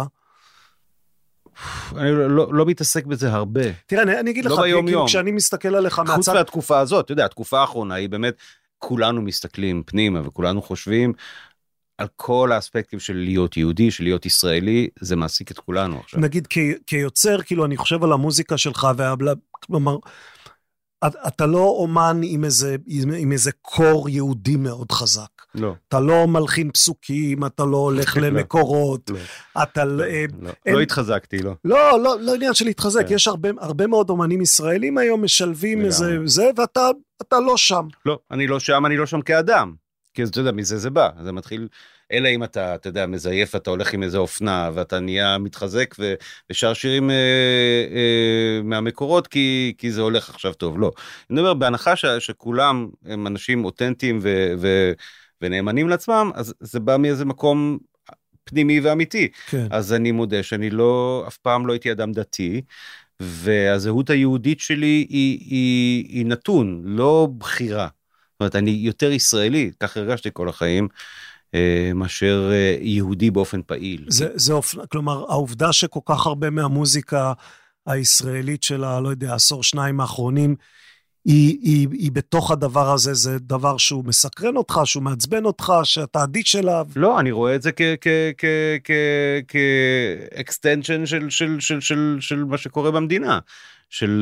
אני לא מתעסק בזה הרבה. תראה, אני אגיד לך, כאילו כשאני מסתכל עליך מהצד... חוץ מהתקופה הזאת, אתה יודע, התקופה האחרונה היא באמת, כולנו מסתכלים פנימה, וכולנו חושבים על כל האספקטים של להיות יהודי, של להיות ישראלי, זה מעסיק את כולנו עכשיו. נגיד, כיוצר, כאילו, אני חושב על המוזיקה שלך, כלומר, אתה לא אומן עם איזה קור יהודי מאוד חזק. לא. אתה לא מלחין פסוקים, אתה לא הולך למקורות. אתה... לא התחזקתי, לא. לא עניין של להתחזק. יש הרבה מאוד אומנים ישראלים היום משלבים איזה זה, ואתה לא שם. לא, אני לא שם כאדם. כי אתה יודע, מזה זה בא. זה מתחיל, אלא אם אתה יודע, מזייף, אתה הולך עם איזו אופנה, ואתה נהיה מתחזק, ושר שירים מהמקורות, כי זה הולך עכשיו טוב. לא. אני אומר, בהנחה שכולם הם אנשים אותנטיים ונאמנים לעצמם, אז זה בא מאיזה מקום פנימי ואמיתי. כן. אז אני מודה שאני אף פעם לא הייתי אדם דתי, והזהות היהודית שלי היא נתון, לא בחירה. זאת אומרת, אני יותר ישראלי, כך הרגשתי כל החיים, מאשר יהודי באופן פעיל. כלומר, העובדה שכל כך הרבה מהמוזיקה הישראלית של לא יודע, עשור שניים האחרונים, היא בתוך הדבר הזה, זה דבר שהוא מסקרן אותך, שהוא מעצבן אותך, שאתה אדיש אליו. לא, אני רואה את זה כאקסטנשן של מה שקורה במדינה, של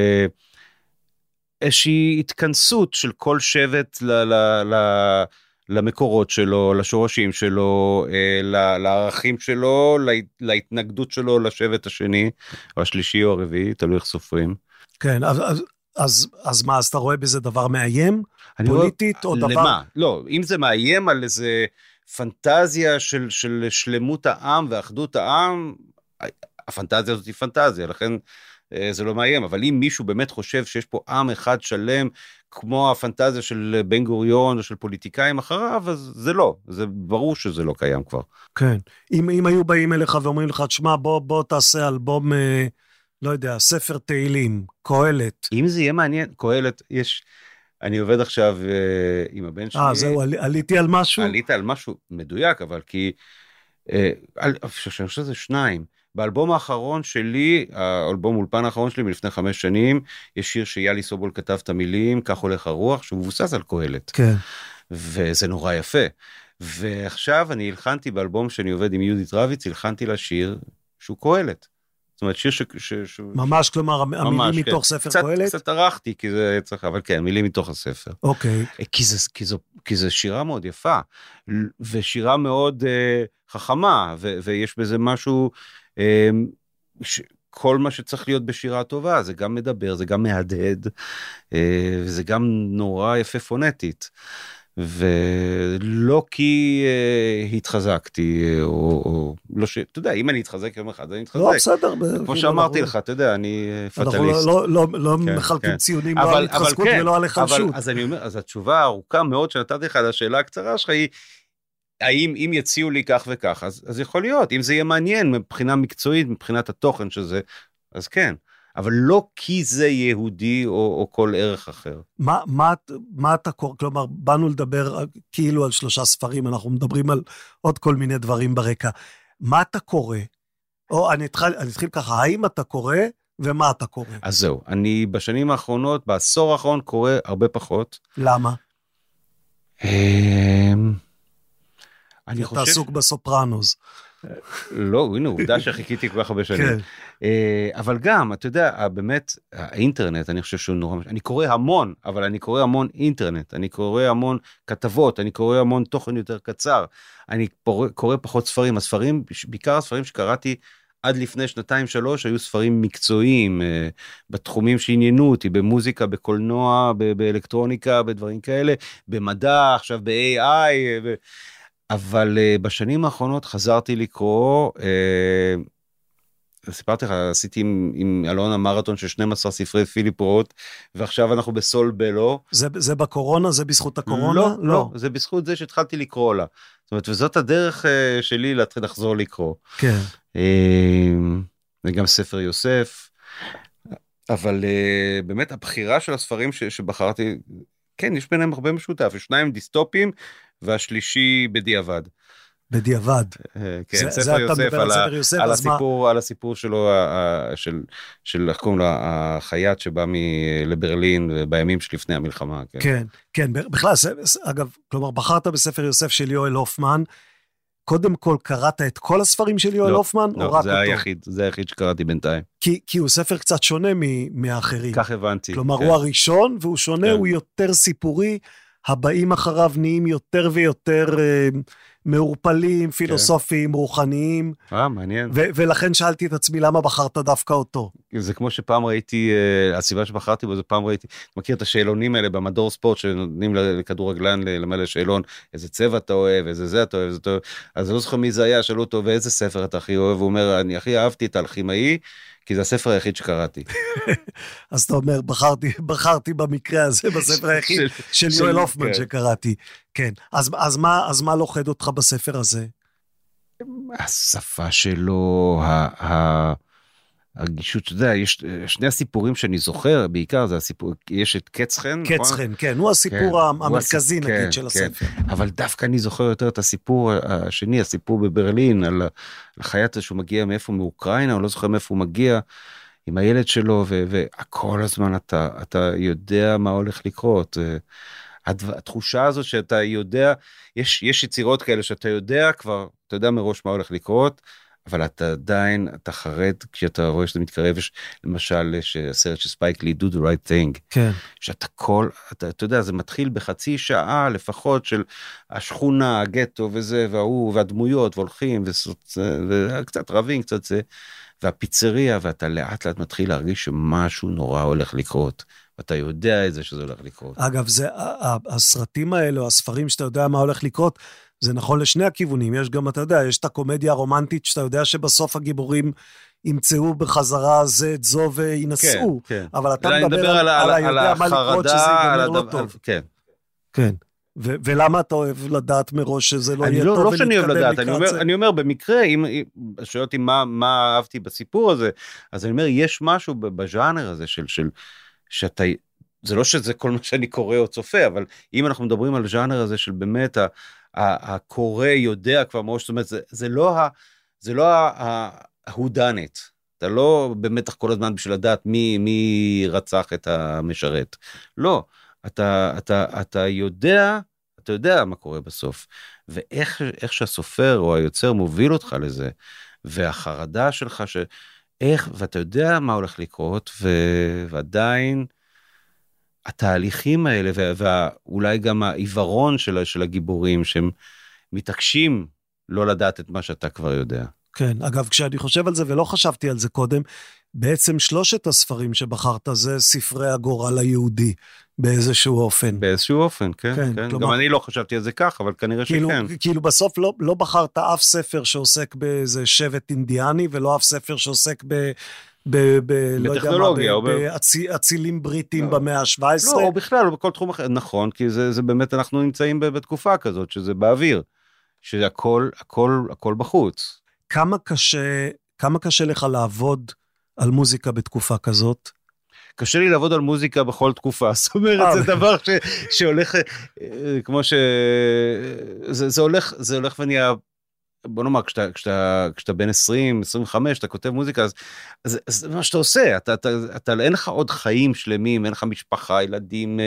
איזושהי התכנסות של כל שבט למקורות שלו, לשורשים שלו, לערכים שלו, להתנגדות שלו לשבט השני, או השלישי או הרביעי, תלוי איך סופרים. כן, אז מה, אז אתה רואה בזה דבר מאיים? פוליטית או דבר... למה? לא, אם זה מאיים על איזה פנטזיה של שלמות העם ואחדות העם, הפנטזיה הזאת היא פנטזיה, לכן זה לא מאיים, אבל אם מישהו באמת חושב שיש פה עם אחד שלם, כמו הפנטזיה של בן גוריון או של פוליטיקאים אחריו, אז זה לא, זה ברור שזה לא קיים כבר. כן, אם היו באים אליך ואומרים לך, תשמע, בוא תעשה אלבום, לא יודע, ספר תהילים, קהלת. אם זה יהיה מעניין, קהלת, אני עובד עכשיו עם הבן שלי. זהו, עליתי על משהו? עלית על משהו מדויק, אבל כי, אני חושב שזה שניים. באלבום האחרון שלי, האלבום אולפן האחרון שלי מלפני 5 שנים, יש שיר שיאלי סובול כתב את המילים, כך הולך הרוח, שהוא מבוסס על קהלת. כן. וזה נורא יפה. ועכשיו אני הלחנתי באלבום שאני עובד עם יהודית רביץ, הלחנתי לה שיר שהוא קהלת. זאת אומרת, שיר ממש, כלומר, המילים מתוך ספר קהלת? קצת ערכתי, כי זה צריך, אבל כן, מילים מתוך הספר. אוקיי. כי זו שירה מאוד יפה, ושירה מאוד חכמה, ויש בזה משהו, כל מה שצריך להיות בשירה טובה, זה גם מדבר, זה גם מהדהד, וזה גם נורא יפה פונטית. ולא כי התחזקתי, או לא אתה יודע, אם אני אתחזק יום אחד, אני אתחזק. לא, בסדר. כמו שאמרתי לך, אתה יודע, אני פטליסט. אנחנו לא מחלקים ציונים, לא על התחזקות ולא על החלשות. אז אני אומר, אז התשובה הארוכה מאוד שנתתי לך, השאלה הקצרה שלך היא, האם אם יציעו לי כך וכך, אז יכול להיות, אם זה יהיה מעניין מבחינה מקצועית, מבחינת התוכן שזה, אז כן. אבל לא כי זה יהודי או כל ערך אחר. מה אתה קורא? כלומר, באנו לדבר כאילו על 3 ספרים, אנחנו מדברים על עוד כל מיני דברים ברקע. מה אתה קורא? או אני אתחיל ככה, האם אתה קורא ומה אתה קורא? אז זהו, אני בשנים האחרונות, בעשור האחרון קורא הרבה פחות. למה? אני חושב... אתה עסוק בסופרנוס. לא, הנה, עובדה שחיכיתי כל כך הרבה שנים. אבל גם, אתה יודע, באמת, האינטרנט, אני חושב שהוא נורא... אני קורא המון, אבל אני קורא המון אינטרנט, אני קורא המון כתבות, אני קורא המון תוכן יותר קצר, אני קורא פחות ספרים. הספרים, בעיקר הספרים שקראתי עד לפני 2-3, היו ספרים מקצועיים, בתחומים שעניינו אותי, במוזיקה, בקולנוע, באלקטרוניקה, בדברים כאלה, במדע, עכשיו ב-AI, אבל בשנים האחרונות חזרתי לקרוא, סיפרתי לך, עשיתי עם אלונה מרתון של 12 ספרי פיליפ רוט, ועכשיו אנחנו בסול בלו. זה בקורונה? זה בזכות הקורונה? לא, זה בזכות זה שהתחלתי לקרוא לה. זאת אומרת, וזאת הדרך שלי להתחיל לחזור לקרוא. כן. וגם ספר יוסף, אבל באמת הבחירה של הספרים שבחרתי, כן, יש ביניהם הרבה משותף, 2 דיסטופיים, והשלישי בדיעבד. בדיעבד. כן, ספר יוסף, על הסיפור שלו, של איך קוראים לו, החייט שבא לברלין בימים שלפני המלחמה. כן, כן, בכלל, אגב, כלומר, בחרת בספר יוסף של יואל הופמן, קודם כל קראת את כל הספרים של יואל הופמן, או רק אותו? זה היחיד שקראתי בינתיים. כי הוא ספר קצת שונה מהאחרים. כך הבנתי. כלומר, הוא הראשון, והוא שונה, הוא יותר סיפורי, הבאים אחריו נהיים יותר ויותר מעורפלים, פילוסופיים, רוחניים. מעניין. ולכן שאלתי את עצמי, למה בחרת דווקא אותו? זה כמו שפעם ראיתי, הסיבה שבחרתי בו, זה פעם ראיתי, מכיר את השאלונים האלה במדור ספורט, שנותנים לכדורגלן למלא שאלון, איזה צבע אתה אוהב, איזה זה אתה אוהב, אז לא זוכר מי זה היה, שאלו אותו, ואיזה ספר אתה הכי אוהב, הוא אומר, אני הכי אהבתי את האלכימאי, כי זה הספר היחיד שקראתי. אז אתה אומר, בחרתי במקרה הזה, בספר היחיד של יואל הופמן שקראתי. כן. אז מה לוחד אותך בספר הזה? השפה שלו, הרגישות, אתה יודע, יש שני הסיפורים שאני זוכר, בעיקר זה הסיפור, יש את קץ חן, נכון? קץ חן, כן, הוא הסיפור המרכזי, נגיד, של הספר. אבל דווקא אני זוכר יותר את הסיפור השני, הסיפור בברלין, על החייט שהוא מגיע מאיפה, מאוקראינה, או לא זוכר מאיפה הוא מגיע, עם הילד שלו, וכל הזמן אתה יודע מה הולך לקרות. התחושה הזאת שאתה יודע, יש יצירות כאלה שאתה יודע כבר, אתה יודע מראש מה הולך לקרות, אבל אתה עדיין, אתה חרד כשאתה רואה שאתה מתקרב, יש למשל סרט של ספייק לי, Do the Right Thing, כן. שאתה אתה יודע, זה מתחיל בחצי שעה לפחות של השכונה, הגטו וזה, והוא, והדמויות, והולכים, וקצת רבים, קצת זה, והפיצריה, ואתה לאט לאט מתחיל להרגיש שמשהו נורא הולך לקרות, ואתה יודע את זה שזה הולך לקרות. אגב, הסרטים האלו, הספרים שאתה יודע מה הולך לקרות, זה נכון לשני הכיוונים, יש גם, אתה יודע, יש את הקומדיה הרומנטית, שאתה יודע שבסוף הגיבורים ימצאו בחזרה זה את זו וינסעו, כן, כן. אבל אתה מדבר על היודע מה לקרות שזה ייגמר לא טוב. כן. כן. ולמה אתה אוהב לדעת מראש שזה לא יהיה טוב? לא שאני אוהב לדעת, אני אומר במקרה, אם שואל אותי מה אהבתי בסיפור הזה, אז אני אומר, יש משהו בז'אנר הזה שאתה, זה לא שזה כל מה שאני קורא או צופה, אבל אם אנחנו מדברים על ז'אנר הזה של באמת הקורא יודע כבר מראש, זאת אומרת, זה לא ההודנית, אתה לא במתח כל הזמן בשביל לדעת מי רצח את המשרת, לא, אתה יודע מה קורה בסוף, ואיך שהסופר או היוצר מוביל אותך לזה, והחרדה שלך ואתה יודע מה הולך לקרות, ועדיין התהליכים האלה, ואולי גם העיוורון של הגיבורים, שהם מתעקשים לא לדעת את מה שאתה כבר יודע. כן, אגב, כשאני חושב על זה, ולא חשבתי על זה קודם, בעצם שלושת הספרים שבחרת, זה ספרי הגורל היהודי, באיזשהו אופן. באיזשהו אופן, כן. כן. כלומר, גם אני לא חשבתי על זה כך, אבל כנראה שכן. כאילו בסוף לא בחרת אף ספר שעוסק באיזה שבט אינדיאני, ולא אף ספר שעוסק בטכנולוגיה, באצילים בריטים במאה ה-17. לא, או בכלל, או בכל תחום אחר. נכון, כי זה באמת, אנחנו נמצאים בתקופה כזאת, שזה באוויר, שהכל בחוץ. כמה קשה לך לעבוד על מוזיקה בתקופה כזאת? קשה לי לעבוד על מוזיקה בכל תקופה, זאת אומרת, זה דבר שהולך, כמו זה הולך ונהיה, בוא נאמר, כשאתה בין 20, 25, אתה כותב מוזיקה, אז זה מה שאתה עושה, אין לך עוד חיים שלמים, אין לך משפחה, ילדים,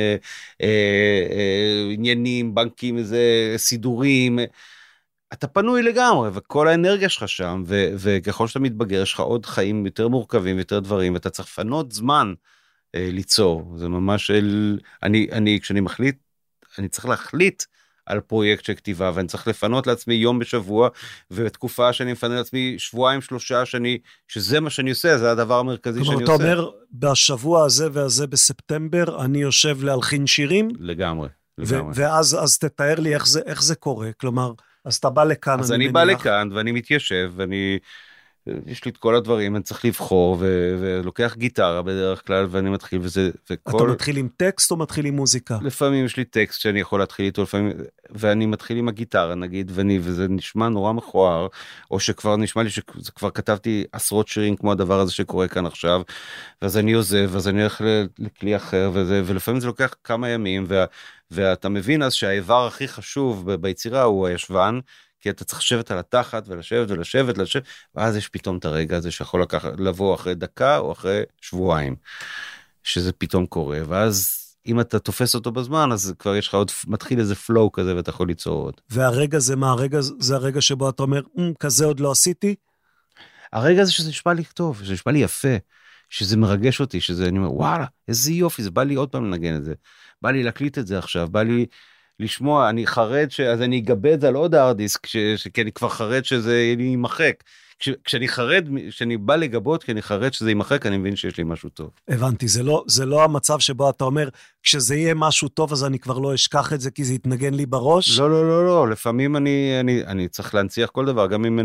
עניינים, בנקים, סידורים, אתה פנוי לגמרי, וכל האנרגיה שלך שם, וככל שאתה מתבגר, יש לך עוד חיים יותר מורכבים, יותר דברים, ואתה צריך לפנות זמן ליצור, זה ממש, כשאני מחליט, אני צריך להחליט על פרויקט של כתיבה, ואני צריך לפנות לעצמי יום בשבוע, ובתקופה שאני מפנה לעצמי שבועיים, 3, שזה מה שאני עושה, זה הדבר המרכזי שאני עושה. כלומר, אתה אומר, בשבוע הזה והזה בספטמבר, אני יושב להלחין שירים? לגמרי. ואז תתאר לי איך זה קורה, כלומר, אז אתה בא לכאן, אז אני בא לכאן, ואני מתיישב, יש לי את כל הדברים, אני צריך לבחור, ולוקח גיטרה בדרך כלל, ואני מתחיל, אתה מתחיל עם טקסט או מתחיל עם מוזיקה? לפעמים יש לי טקסט שאני יכול להתחיל איתו, ואני מתחיל עם הגיטרה, נגיד, וזה נשמע נורא מכוער, או שכבר נשמע לי שכבר כתבתי עשרות שירים, כמו הדבר הזה שקורה כאן עכשיו, ואז אני עוזב, ואז אני הולך לכלי אחר, ולפעמים זה לוקח כמה ימים, ואתה מבין אז שהאיבר הכי חשוב ביצירה הוא הישבן, כי אתה צריך לשבת על התחת ולשבת, ואז יש פתאום את הרגע הזה שיכול לבוא אחרי דקה או אחרי שבועיים, שזה פתאום קורה, ואז אם אתה תופס אותו בזמן, אז כבר יש לך עוד, מתחיל איזה פלואו כזה, ואתה יכול ליצור עוד. והרגע זה מה? זה הרגע שבו אתה אומר, כזה עוד לא עשיתי? הרגע הזה שזה נשמע לי טוב, שזה נשמע לי יפה, שזה מרגש אותי, שזה, אני אומר, וואלה, איזה יופי, זה בא לי עוד פעם לנגן את זה, בא לי להקליט את זה עכשיו, בא לי לשמוע, אני חרד, אז אני אגבה את זה על עוד הארדיסק, כי אני כבר חרד שזה יימחק. כשאני חרד, כשאני בא לגבות, כי אני חרד שזה יימחק, אני מבין שיש לי משהו טוב. הבנתי, זה לא המצב שבו אתה אומר, כשזה יהיה משהו טוב, אז אני כבר לא אשכח את זה, כי זה יתנגן לי בראש? לא, לפעמים אני צריך להנציח כל דבר, גם אם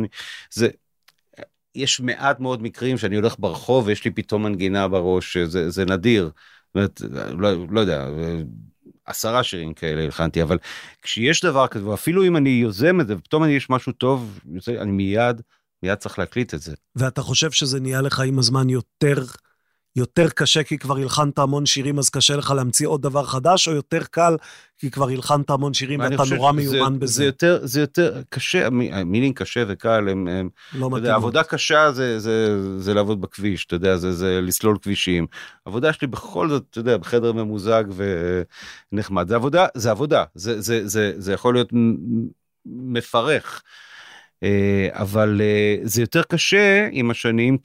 יש מעט מאוד מקרים שאני הולך ברחוב, ויש לי פתאום מנגינה בראש, זה נדיר. לא יודע, 10 שירים כאלה הלחנתי, אבל כשיש דבר כזה, ואפילו אם אני יוזם את זה, ופתאום יש משהו טוב, אני מיד צריך להקליט את זה. ואתה חושב שזה נהיה לך עם הזמן יותר קשה, כי כבר הלחנת המון שירים, אז קשה לך להמציא עוד דבר חדש, או יותר קל, כי כבר הלחנת המון שירים, ואתה נורא מיומן בזה? זה יותר קשה, המילים קשה וקל, לא מתאים. עבודה קשה זה לעבוד בכביש, אתה יודע, זה לסלול כבישים. עבודה שלי בכל זאת, אתה יודע, בחדר ממוזג ונחמד. זה עבודה, זה יכול להיות מפרך. אבל זה יותר קשה עם השנים,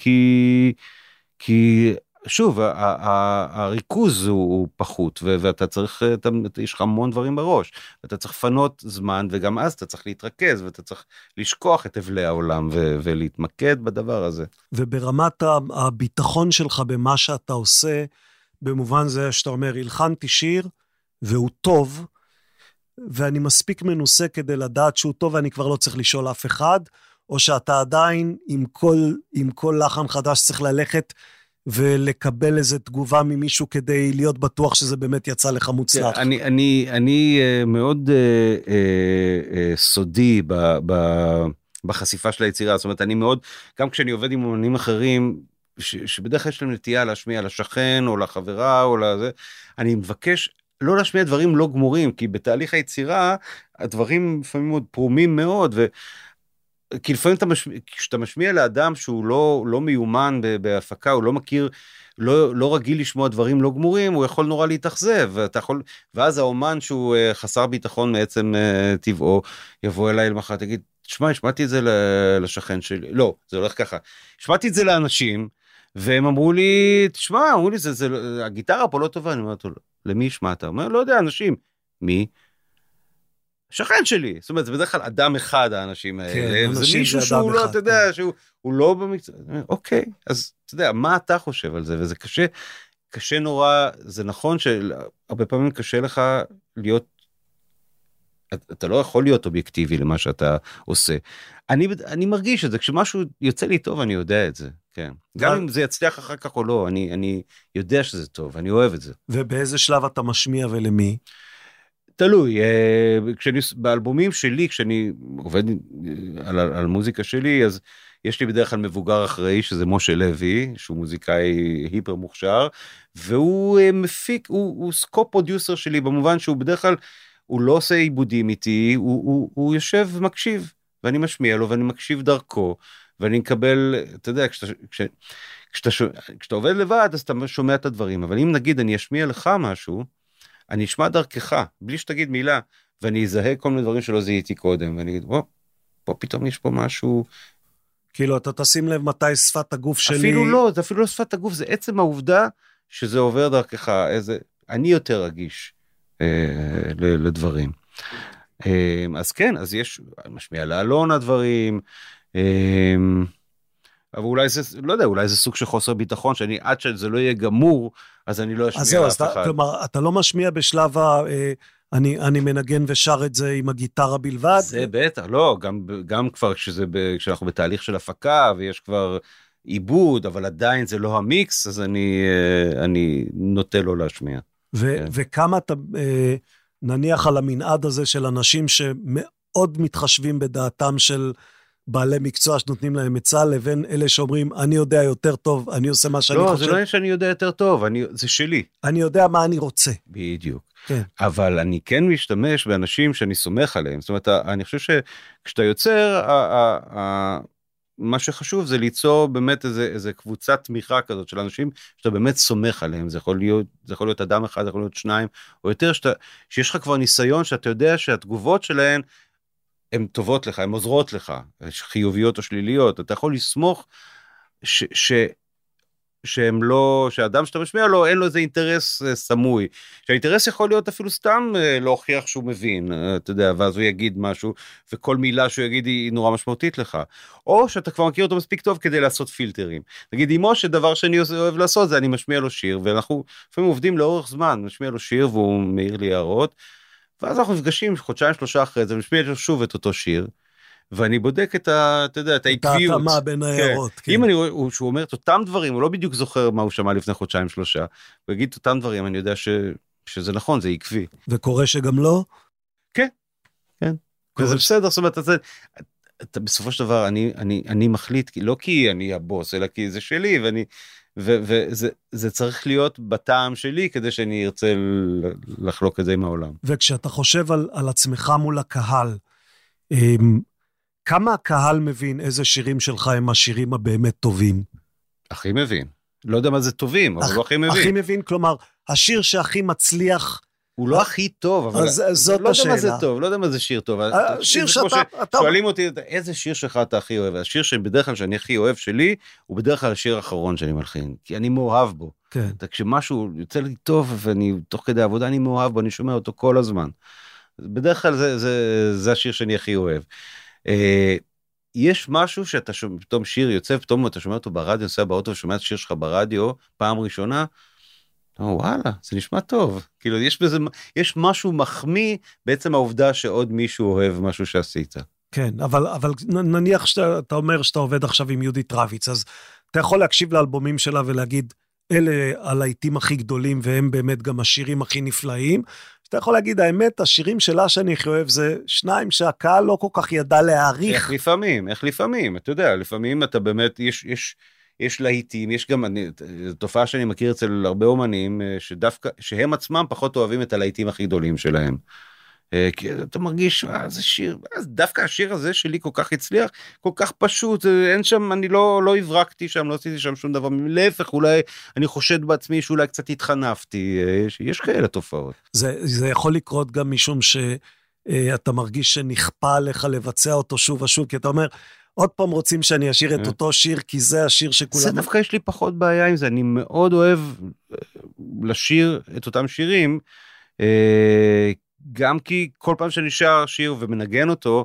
כי שוב, הריכוז הוא פחות, ואתה צריך, יש לך המון דברים בראש, ואתה צריך לפנות זמן, וגם אז אתה צריך להתרכז, ואתה צריך לשכוח את הבלי העולם, ולהתמקד בדבר הזה. וברמת הביטחון שלך במה שאתה עושה, במובן זה שאתה אומר, הלחנתי שיר, והוא טוב, ואני מספיק מנוסה כדי לדעת שהוא טוב, ואני כבר לא צריך לשאול אף אחד, או שאתה עדיין עם כל לחן חדש צריך ללכת, ולקבל איזו תגובה ממישהו, כדי להיות בטוח שזה באמת יצא לך מוצלח. אני מאוד סודי בחשיפה של היצירה, זאת אומרת, אני מאוד, גם כשאני עובד עם אומנים אחרים, שבדרך כלל יש להם נטייה להשמיע לשכן, או לחברה, או לזה, אני מבקש, לא להשמיע דברים לא גמורים, כי בתהליך היצירה, הדברים לפעמים מאוד פרומים מאוד, כי לפעמים כשאתה משמיע לאדם שהוא לא מיומן בהפקה, הוא לא מכיר, לא רגיל לשמוע דברים לא גמורים, הוא יכול נורא להתאכזב, ואז האומן שהוא חסר ביטחון מעצם טבעו, יבוא אליי למחר, תגיד, תשמע, השמעתי את זה לשכן שלי, לא, זה הולך ככה, השמעתי את זה לאנשים, והם אמרו לי, תשמע, אמרו לי, הגיטרה פה לא טובה, אני אומר, למי השמעת? הוא אומר, לא יודע, אנשים. מי? שכן שלי. זאת אומרת, זה בדרך כלל אדם אחד, האנשים האלה. זה מישהו שהוא לא, אתה יודע, שהוא לא במקצוע. אוקיי, אז אתה יודע, מה אתה חושב על זה? וזה קשה נורא, זה נכון שהרבה פעמים קשה לך להיות, אתה לא יכול להיות אובייקטיבי למה שאתה עושה. אני מרגיש את זה, כשמשהו יוצא לי טוב, אני יודע את זה. כן. גם אם זה יצליח אחר כך או לא, אני יודע שזה טוב, אני אוהב את זה. ובאיזה שלב אתה משמיע ולמי? תלוי, באלבומים שלי, כשאני עובד על מוזיקה שלי, אז יש לי בדרך כלל מבוגר אחראי, שזה משה לוי, שהוא מוזיקאי היפר מוכשר, והוא מפיק, הוא סקופ פרודיוסר שלי, במובן שהוא בדרך כלל, הוא לא עושה עיבודים איתי, הוא יושב ומקשיב, ואני משמיע לו, ואני מקשיב דרכו, ואני מקבל, אתה יודע, כשאתה עובד לבד, אז אתה שומע את הדברים, אבל אם נגיד אני אשמיע לך משהו, אני אשמע דרכך, בלי שתגיד מילה, ואני אזהה כל מיני דברים שלא זיהיתי קודם, ואני אגיד, פה פתאום יש פה משהו. כאילו, אתה תשים לב מתי שפת הגוף שלי. אפילו לא, זה אפילו לא שפת הגוף, זה עצם העובדה שזה עובר דרכך, אני יותר רגיש לדברים. אז כן, אז יש, משמיע לאלון הדברים, אבל אולי זה, לא יודע, אולי זה סוג של חוסר ביטחון, שאני עד שזה לא יהיה גמור, אז אני לא אשמיע לאף אחד. כלומר, אתה לא משמיע בשלב אני מנגן ושר את זה עם הגיטרה בלבד? זה בטח, לא, גם כבר כשאנחנו בתהליך של הפקה, ויש כבר עיבוד, אבל עדיין זה לא המיקס, אז אני נוטה לא להשמיע. וכמה אתה נניח על המנעד הזה של אנשים שמאוד מתחשבים בדעתם של בעלי מקצוע שנותנים להם עצה, לבין אלה שאומרים, אני יודע יותר טוב, אני עושה מה שאני חושב. לא, זה לא שאני יודע יותר טוב, זה שלי. אני יודע מה אני רוצה. בדיוק. כן. אבל אני כן משתמש באנשים שאני סומך עליהם. זאת אומרת, אני חושב שכשאתה יוצר, מה שחשוב זה ליצור באמת איזה קבוצת תמיכה כזאת של אנשים שאתה באמת סומך עליהם. זה יכול להיות אדם אחד, זה יכול להיות שניים, או יותר, שיש לך כבר ניסיון שאתה יודע שהתגובות שלהן הן טובות לך, הן עוזרות לך, חיוביות או שליליות. אתה יכול לסמוך שהם לא, שהאדם שאתה משמיע לו, אין לו איזה אינטרס סמוי. שהאינטרס יכול להיות אפילו סתם להוכיח שהוא מבין, אתה יודע, ואז הוא יגיד משהו, וכל מילה שהוא יגיד היא נורא משמעותית לך. או שאתה כבר מכיר אותו מספיק טוב כדי לעשות פילטרים. נגיד, אימו שדבר שאני אוהב לעשות זה אני משמיע לו שיר, ואנחנו לפעמים עובדים לאורך זמן, משמיע לו שיר והוא מעיר לי הערות, ואז אנחנו נפגשים חודשיים, 3 אחרי זה, ומשמיע לו שוב את אותו שיר, ואני בודק את העקביות. את ההתאמה בין ההערות. כן. אם אני רואה שהוא אומר את אותם דברים, הוא לא בדיוק זוכר מה הוא שמע לפני 2-3, הוא יגיד את אותם דברים, אני יודע שזה נכון, זה עקבי. וקורה שגם לא? כן, כן. וזה בסדר, זאת אומרת, אתה בסופו של דבר, אני מחליט, לא כי אני הבוס, אלא כי זה שלי, וזה צריך להיות בטעם שלי, כדי שאני ארצה לחלוק את זה עם העולם. וכשאתה חושב על עצמך מול הקהל, כמה הקהל מבין איזה שירים שלך הם השירים הבאמת טובים? הכי מבין. לא יודע מה זה טובים, אבל הוא הכי מבין. הכי מבין, כלומר, השיר שהכי מצליח... הוא לא הכי טוב, אבל... זאת לא השאלה. יודע מה זה טוב, לא יודע מה זה שיר טוב. השיר שאתה... שואלים אותי, איזה שיר שלך אתה הכי אוהב? השיר שבדרך כלל שאני הכי אוהב שלי, הוא בדרך כלל השיר האחרון שאני מלחין, כי אני מאוהב בו. כן. כשמשהו יוצא לי טוב, ואני תוך כדי עבודה אני מאוהב בו, אני שומע אותו כל הזמן. בדרך כלל זה השיר שאני הכי אוהב. יש משהו שאתה שומע, פתאום שיר יוצא, פתאום אתה שומע אותו ברדיו, נוסע באוטו ושומע את השיר שלך ברדיו, פעם ראשונה, וואלה, זה נשמע טוב. כאילו, יש משהו מחמיא, בעצם העובדה שעוד מישהו אוהב משהו שעשית. כן, אבל נניח שאתה אומר שאתה עובד עכשיו עם יהודית רביץ, אז אתה יכול להקשיב לאלבומים שלה ולהגיד, אלה הלהיטים הכי גדולים, והם באמת גם השירים הכי נפלאים. אתה יכול להגיד, האמת, השירים שלה שאני הכי אוהב, זה 2 שהקהל לא כל כך ידע להעריך. איך לפעמים, אתה יודע, לפעמים אתה באמת, יש להיטים, יש גם, תופעה שאני מכיר אצל הרבה אומנים, שדווקא, שהם עצמם פחות אוהבים את הלהיטים הכי גדולים שלהם. כי אתה מרגיש, זה שיר, דווקא השיר הזה שלי כל כך הצליח, כל כך פשוט, אין שם, אני לא הברקתי שם, לא עשיתי שם שום דבר, להפך, אולי אני חושד בעצמי שאולי קצת התחנפתי, יש כאלה תופעות. זה יכול לקרות גם משום שאתה מרגיש שנכפה עליך לבצע אותו שוב ושוב, כי אתה אומר, עוד פעם רוצים שאני אשיר את אותו שיר, כי זה השיר שכולם... זה דווקא יש לי פחות בעיה עם זה, אני מאוד אוהב לשיר את אותם שירים, גם כי כל פעם שאני שר שיר ומנגן אותו,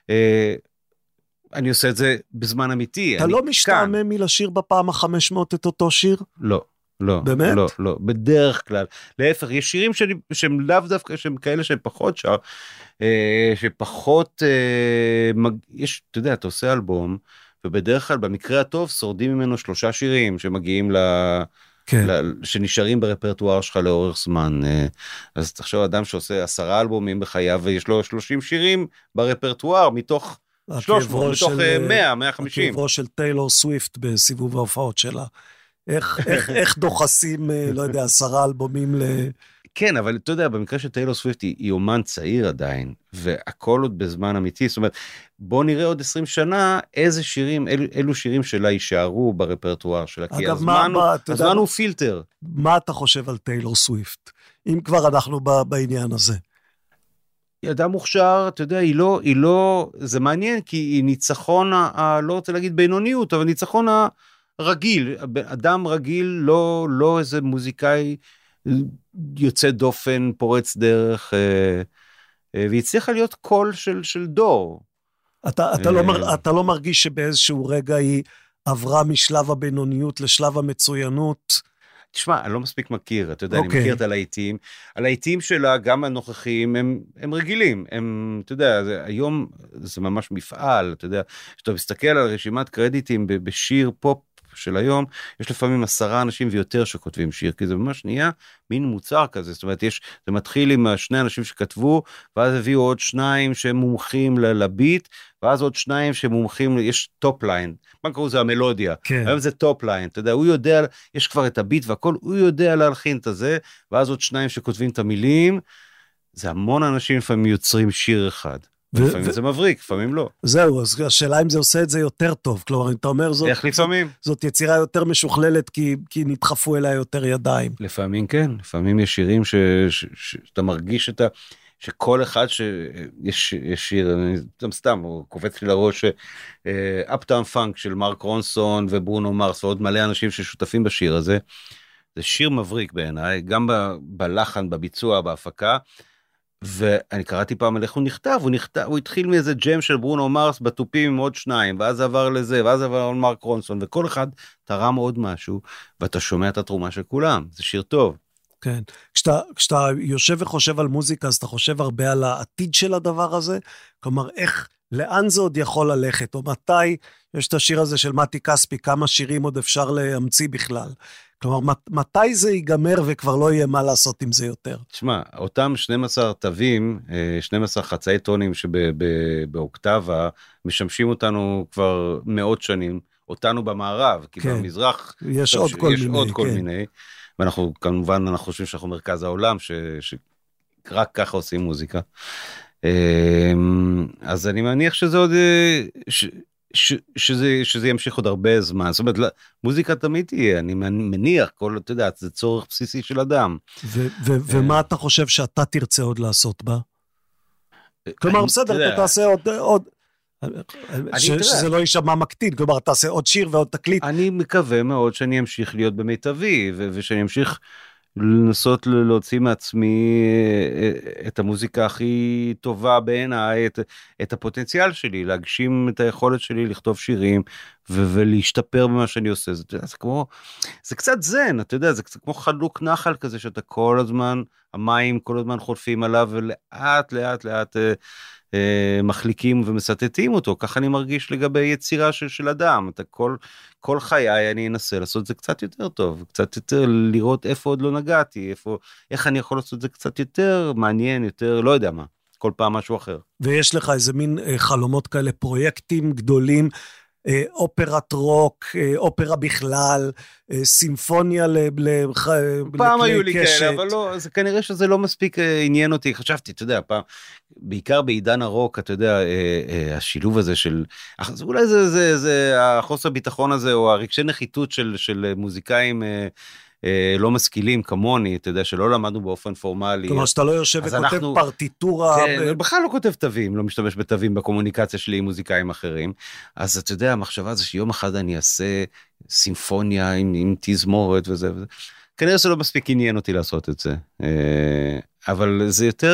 אני עושה את זה בזמן אמיתי. אתה לא משתעמם מלשיר בפעם ה-500 את אותו שיר? לא. לא, באמת? לא, בדרך כלל. להפך, יש שירים שהם לאו דווקא, שהם כאלה שהם פחות שר, שפחות, יש, אתה יודע, אתה עושה אלבום, ובדרך כלל, במקרה הטוב, שורדים ממנו 3 שירים שמגיעים שנשארים ברפרטואר שלך לאורך זמן. אז תחשוב, אדם שעושה 10 אלבומים בחייו, ויש לו 30 שירים ברפרטואר, מתוך 300, מתוך 100, 150. הקברו של טיילור סוויפט בסיבוב ההופעות שלה. איך דוחסים, לא יודע, 10 אלבומים כן, אבל אתה יודע, במקרה של טיילור סוויפט היא אומן צעיר עדיין, והכל עוד בזמן אמיתי, זאת אומרת, בוא נראה עוד 20 שנה, איזה שירים, אילו שירים שלה יישארו ברפרטואר שלה, כי הזמן הוא פילטר. מה אתה חושב על טיילור סוויפט? אם כבר אנחנו בעניין הזה. היא אדם מוכשר, אתה יודע, היא לא, זה מעניין, כי היא ניצחון, לא רוצה להגיד בינוניות, אבל ניצחון רגיל, אדם רגיל, לא איזה מוזיקאי יוצא דופן, פורץ דרך, והיא הצליחה להיות קול של דור. אתה לא מרגיש שבאיזשהו רגע היא עברה משלב הבינוניות לשלב המצוינות? תשמע, אני לא מספיק מכיר, אתה יודע, אני מכיר את הלהיטים. הלהיטים שלה, גם הנוכחים, הם רגילים. אתה יודע, היום זה ממש מפעל, אתה יודע, שאתה מסתכל על רשימת קרדיטים בשיר פופ של היום, יש לפעמים 10 אנשים ויותר שכותבים שיר, כי זה ממש נהיה מין מוצר כזה, זאת אומרת, זה מתחיל עם 2 אנשים שכתבו, ואז הביאו עוד 2 שהם מומחים לביט, ואז עוד 2 שמומחים, יש טופ ליין, מה קראו זה המלודיה, כן. היום זה טופ ליין, אתה יודע, הוא יודע, יש כבר את הביט והכל, הוא יודע להלחין את זה, ואז עוד 2 שכותבים את המילים, זה המון אנשים לפעמים יוצרים שיר אחד. לפעמים זה מבריק, לפעמים לא. זהו, אז השאלה אם זה עושה את זה יותר טוב, כלומר, אם אתה אומר איך לפעמים? זאת יצירה יותר משוכללת, כי נדחפו אליה יותר ידיים. לפעמים כן, לפעמים יש שירים שאתה מרגיש שכל אחד שיש שיר, סתם, הוא קופץ לי לראש, אפטאון פאנק של מרק רונסון וברונו מרס, ועוד מלא אנשים ששותפים בשיר הזה, זה שיר מבריק בעיניי, גם בלחן, בביצוע, בהפקה, ואני קראתי פעם על איך הוא נכתב, הוא התחיל מאיזה ג'ם של ברונו מרס בתופים עם עוד 2, ואז עבר לזה, ואז עבר על מרק רונסון, וכל אחד תרם עוד משהו, ואתה שומע את התרומה של כולם, זה שיר טוב. כן, כשאתה יושב וחושב על מוזיקה, אז אתה חושב הרבה על העתיד של הדבר הזה, כלומר, לאן זה עוד יכול ללכת, או מתי יש את השיר הזה של מתי כספי, כמה שירים עוד אפשר להמציא בכלל, כלומר, מתי זה ייגמר וכבר לא יהיה מה לעשות עם זה יותר? תשמע, אותם 12 תווים, 12 חצאי טונים שבאוקטבה, משמשים אותנו כבר מאות שנים, אותנו במערב, כי כן. במזרח יש עוד כל מיני, ואנחנו כמובן אנחנו חושבים שאנחנו מרכז העולם, שרק ככה עושים מוזיקה. אז אני מניח שזה עוד, שזה ימשיך עוד הרבה זמן, זאת אומרת, מוזיקה תמיד תהיה, אני מניח, אתה יודע, זה צורך בסיסי של אדם. ומה אתה חושב שאתה תרצה עוד לעשות בה? כלומר, בסדר, אתה תעשה עוד, שזה לא יישמע מקטין, כלומר, אתה תעשה עוד שיר ועוד תקליט. אני מקווה מאוד שאני אמשיך להיות במיטבי, ושאני אמשיך לנסות להוציא מעצמי את המוזיקה הכי טובה בעיניי, את הפוטנציאל שלי, להגשים את היכולת שלי לכתוב שירים, ולהשתפר במה שאני עושה. זה קצת זן, אתה יודע, זה קצת כמו חלוק נחל כזה, שאתה כל הזמן, המים כל הזמן חולפים עליו, ולאט לאט לאט מחליקים ומסטטים אותו, ככה אני מרגיש לגבי יצירה של אדם, כל חיי אני אנסה לעשות את זה קצת יותר טוב, קצת יותר לראות איפה עוד לא נגעתי, איך אני יכול לעשות את זה קצת יותר מעניין, יותר לא יודע מה, כל פעם משהו אחר. ויש לך איזה מין חלומות כאלה, פרויקטים גדולים, אופרת רוק, אופרה בכלל, סימפוניה לכלי קשת. פעם היו לי כאלה, אבל לא, זה כנראה שזה לא מספיק עניין אותי, חשבתי, אתה יודע, פעם, בעיקר בעידן הרוק, אתה יודע, השילוב הזה של, אולי זה החוסר ביטחון הזה, או הרגשי נחיתות של מוזיקאים לא משכילים כמוני, אתה יודע, שלא למדנו באופן פורמלי. כלומר, שאתה לא יושב וכותב פרטיטורה. כן, בכלל לא כותב תווים, לא משתמש בתווים בקומוניקציה שלי עם מוזיקאים אחרים. אז אתה יודע, המחשבה זה שיום אחד אני אעשה סימפוניה עם תזמורת וזה. כנראה שלא מספיק עניין אותי לעשות את זה. אבל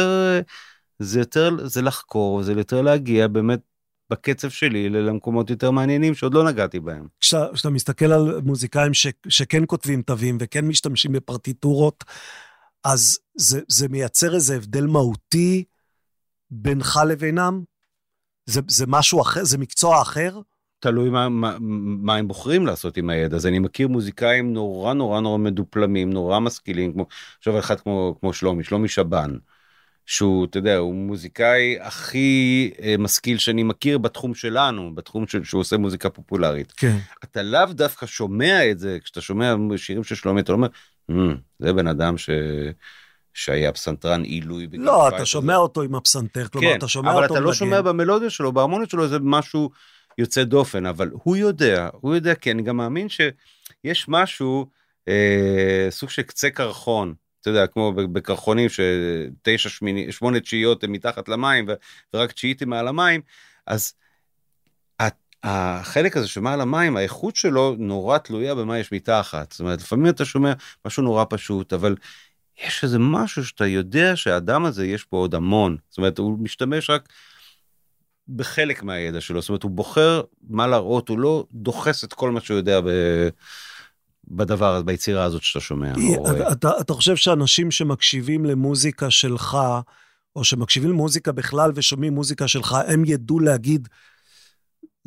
זה לחקור, זה יותר להגיע באמת, בקצב שלי למקומות יותר מעניינים שעוד לא נגעתי בהם. כשאתה מסתכל על מוזיקאים שכן כותבים תווים וכן משתמשים בפרטיטורות, אז זה מייצר איזה הבדל מהותי בינך לבינם? זה משהו אחר? זה מקצוע אחר? תלוי מה הם בוחרים לעשות עם הידע. אז אני מכיר מוזיקאים נורא נורא נורא מדופלמים, נורא משכילים, עכשיו אחד כמו שלומי שבן, שהוא, אתה יודע, הוא מוזיקאי הכי משכיל שאני מכיר בתחום שלנו, בתחום שהוא עושה מוזיקה פופולרית. כן. אתה לאו דווקא שומע את זה, כשאתה שומע שירים של שלומי, אתה אומר, זה בן אדם שהיה פסנתרן עילוי. לא, אתה שומע אותו עם הפסנתר, כלומר, אתה שומע אותו אבל אתה לא שומע במלודיה שלו, בהרמוניה שלו, זה משהו יוצא דופן, אבל הוא יודע, כי אני גם מאמין שיש משהו, סוג של קצה קרחון, אתה יודע, כמו בקרחונים ש8 תשיעיות הם מתחת למים, ורק תשיעית הם מעל המים, אז החלק הזה שמעל המים, האיכות שלו נורא תלויה במה יש מתחת. זאת אומרת, לפעמים אתה שומע משהו נורא פשוט, אבל יש איזה משהו שאתה יודע שהאדם הזה יש פה עוד המון. זאת אומרת, הוא משתמש רק בחלק מהידע שלו. זאת אומרת, הוא בוחר מה להראות, הוא לא דוחס את כל מה שהוא יודע בדבר, ביצירה הזאת שאתה שומע. אתה חושב שאנשים שמקשיבים למוזיקה שלך, או שמקשיבים למוזיקה בכלל ושומעים מוזיקה שלך, הם ידעו להגיד,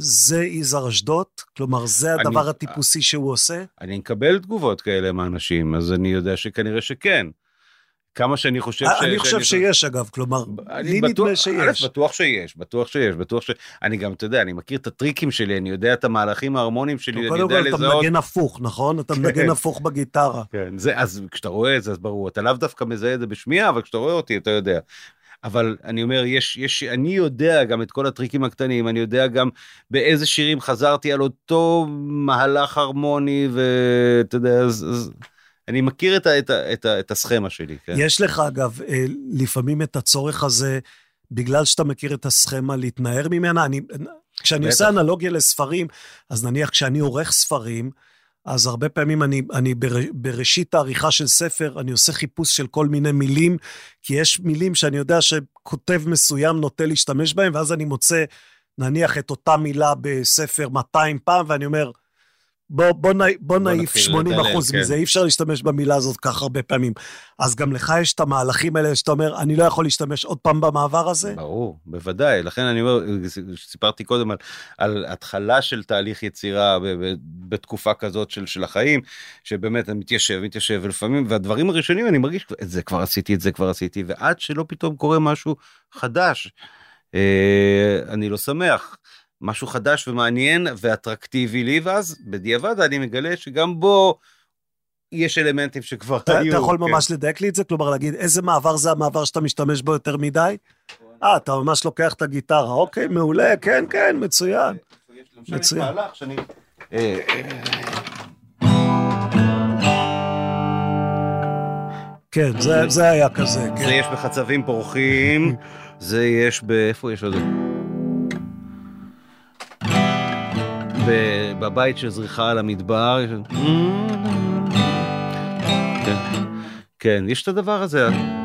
זה יזהר אשדוד? כלומר, זה הדבר הטיפוסי שהוא עושה? אני מקבל תגובות כאלה מהאנשים, אז אני יודע שכנראה שכן. כמה שאני חושב אני חושב שיש אגב, כלומר, לי נדמה שיש. בטוח שיש. אני גם, אתה יודע, אני מכיר את הטריקים שלי, אני יודע את המהלכים ההרמוניים שלי, אני יודע לזהות. אתה מנגן הפוך, נכון? אתה מנגן הפוך בגיטרה. כן, אז כשאתה רואה את זה, אז ברור, אתה לאו דווקא מזהה את זה בשמיעה, אבל כשאתה רואה אותי, אתה יודע. אבל אני אומר, אני יודע גם את כל הטריקים הקטנים, אני יודע גם באיזה שירים חזרתי על אותו מהלך הרמוני, ואתה יודע, אז אני מכיר את הסכמה שלי. כן? יש לך אגב, לפעמים את הצורך הזה, בגלל שאתה מכיר את הסכמה, להתנער ממנה. כשאני עושה אנלוגיה לספרים, אז נניח כשאני עורך ספרים, אז הרבה פעמים אני בראשית העריכה של ספר, אני עושה חיפוש של כל מיני מילים, כי יש מילים שאני יודע שכותב מסוים נוטה להשתמש בהם, ואז אני מוצא, נניח את אותה מילה בספר 200 פעם, ואני אומר, בוא נעיף 80% מזה, אי אפשר להשתמש במילה הזאת כך הרבה פעמים. אז גם לך יש את המהלכים האלה שאתה אומר, אני לא יכול להשתמש עוד פעם במעבר הזה? ברור, בוודאי. לכן אני אומר, סיפרתי קודם על התחלה של תהליך יצירה בתקופה כזאת של החיים, שבאמת אני מתיישב, ולפעמים, והדברים הראשונים אני מרגיש, את זה כבר עשיתי, ועד שלא פתאום קורה משהו חדש, אני לא שמח. משהו חדש ומעניין ואטרקטיבי לי, ואז בדיעבד אני מגלה שגם בו יש אלמנטים שכבר היו. אתה יכול ממש לדייק לי את זה? כלומר להגיד, איזה מעבר זה המעבר שאתה משתמש בו יותר מדי? אתה ממש לוקח את הגיטרה, אוקיי, מעולה, כן, מצוין. מצוין. כן, זה היה כזה. זה יש בחצבים פורחים, זה יש איפה יש עוד? בבית של זריחה על המדבר, כן, יש את הדבר הזה,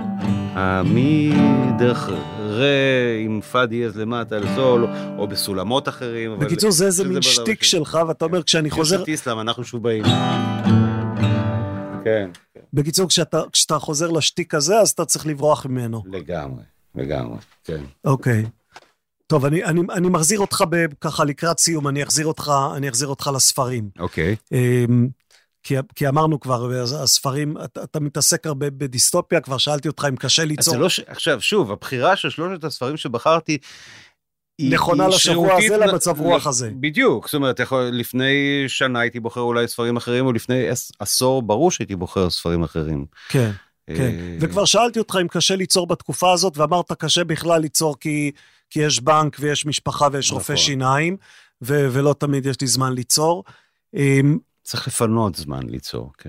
מדרך עם פא דיאז למטה לסול, או בסולמות אחרים. בקיצור, זה איזה מין שטיק שלך, ואתה אומר, כשאני חוזר... איסלאם, אנחנו שוב באים. כן. בקיצור, כשאתה חוזר לשטיק הזה, אז אתה צריך לברוח ממנו. לגמרי, כן. אוקיי. טוב, אני מחזיר אותך ככה לקראת סיום, אני אחזיר אותך לספרים. אוקיי. כי אמרנו כבר, הספרים, אתה מתעסק הרבה בדיסטופיה, כבר שאלתי אותך אם קשה ליצור. עכשיו, שוב, הבחירה של שלושת הספרים שבחרתי, נכונה לשבוע הזה, למצב רוח הזה. בדיוק, זאת אומרת, לפני שנה הייתי בוחר אולי ספרים אחרים, או לפני עשור ברור שהייתי בוחר ספרים אחרים. כן. וכבר שאלתי אותך אם קשה ליצור בתקופה הזאת, ואמרת קשה בכלל ליצור כי יש בנק ויש משפחה ויש רופא שיניים, ולא תמיד יש לי זמן ליצור. צריך לפנות זמן ליצור, כן.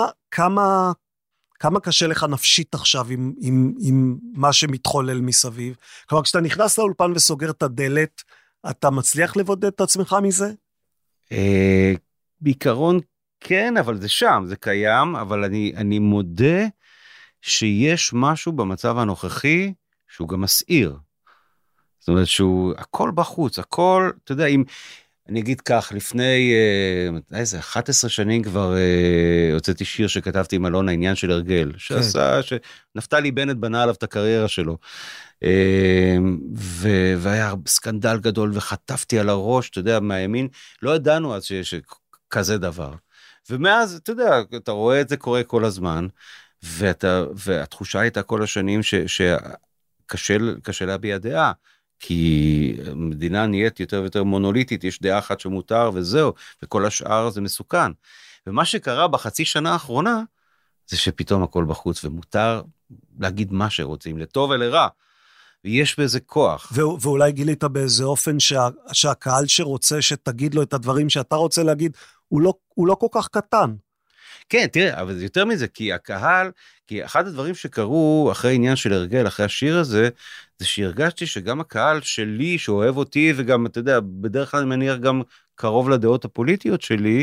כמה קשה לך נפשית עכשיו עם מה שמתחולל מסביב? כלומר, כשאתה נכנס לאולפן וסוגר את הדלת, אתה מצליח לבודד את עצמך מזה? בעיקרון כן, אבל זה שם, זה קיים, אבל אני מודה שיש משהו במצב הנוכחי שהוא גם מסעיר. זאת אומרת שהוא, הכל בחוץ, הכל, אתה יודע, אם אני אגיד כך, לפני 11 שנים כבר הוצאתי שיר שכתבתי עם אלון, העניין של הרגל, שעשה, שנפתלי בנט בנה עליו את הקריירה שלו, והיה סקנדל גדול, וחטפתי על הראש, אתה יודע, מהימין, לא ידענו אז שיש כזה דבר. ומאז, אתה יודע, אתה רואה את זה קורה כל הזמן, והתחושה הייתה כל השנים שקשה להביע דעה, כי המדינה נהיית יותר ויותר מונוליטית, יש דעה אחת שמותר וזהו, וכל השאר זה מסוכן. ומה שקרה בחצי שנה האחרונה, זה שפתאום הכל בחוץ, ומותר להגיד מה שרוצים, לטוב ולרע, ויש בזה כוח. ואולי גילית באיזה אופן שהקהל שרוצה שתגיד לו את הדברים שאתה רוצה להגיד, הוא לא כל כך קטן. כן, תראה, אבל זה יותר מזה, כי הקהל, כי אחד הדברים שקרו אחרי עניין של הרגל, אחרי השיר הזה, זה שהרגשתי שגם הקהל שלי, שאוהב אותי, וגם, אתה יודע, בדרך כלל אני מניח גם קרוב לדעות הפוליטיות שלי,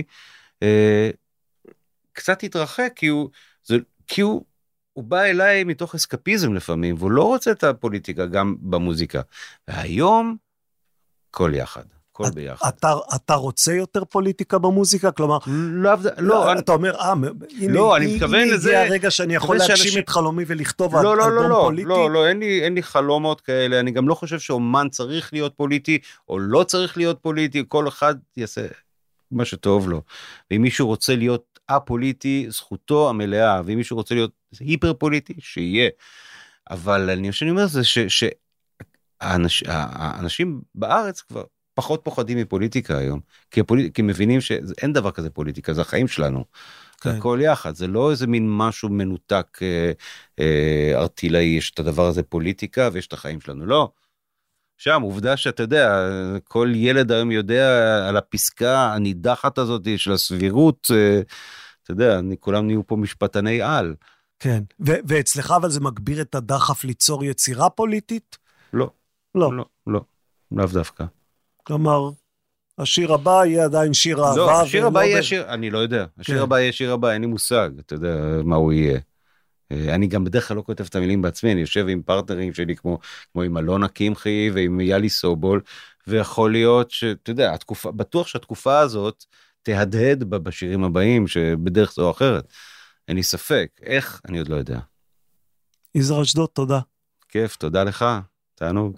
קצת התרחק, כי הוא בא אליי מתוך אסקפיזם לפעמים, והוא לא רוצה את הפוליטיקה גם במוזיקה. והיום, כל יחד. הכל ביחד. אתה רוצה יותר פוליטיקה במוזיקה? כלומר, אתה אומר, הנה, הגיע הרגע שאני יכול להגשים את חלומי ולכתוב אלבום פוליטי? לא, אין לי חלומות כאלה, אני גם לא חושב שאומן צריך להיות פוליטי, או לא צריך להיות פוליטי, כל אחד יעשה מה שטוב לו. ואם מישהו רוצה להיות א-פוליטי, זכותו המלאה, ואם מישהו רוצה להיות היפר-פוליטי, שיהיה. אבל אני אומר זה האנשים בארץ כבר פחות פוחדים מפוליטיקה היום, כי מבינים שאין דבר כזה פוליטיקה, זה החיים שלנו, זה הכל יחד, זה לא איזה מין משהו מנותק ארטילאי, יש את הדבר הזה פוליטיקה ויש את החיים שלנו, לא. שם עובדה שאתה יודע, כל ילד היום יודע על הפסקה הנידחת הזאת של הסבירות, אתה יודע, כולם נהיו פה משפטני על. כן, ואצלך אבל זה מגביר את הדחף ליצור יצירה פוליטית? לא, לאו דווקא. כלומר, השיר הבא יהיה עדיין שיר אהבה. לא, השיר הבא יהיה שיר, אני לא יודע. השיר הבא יהיה שיר הבא, אין לי מושג, אתה יודע מה הוא יהיה. אני גם בדרך כלל לא כותב את המילים בעצמי, אני יושב עם פרטנרים שלי כמו עם אלונה קימחי ועם יאלי סובול, ויכול להיות שאתה יודע, בטוח שהתקופה הזאת תהדהד בשירים הבאים, שבדרך זו או אחרת. אין לי ספק. איך? אני עוד לא יודע. יזהר אשדוד, תודה. כיף, תודה לך. תענוג.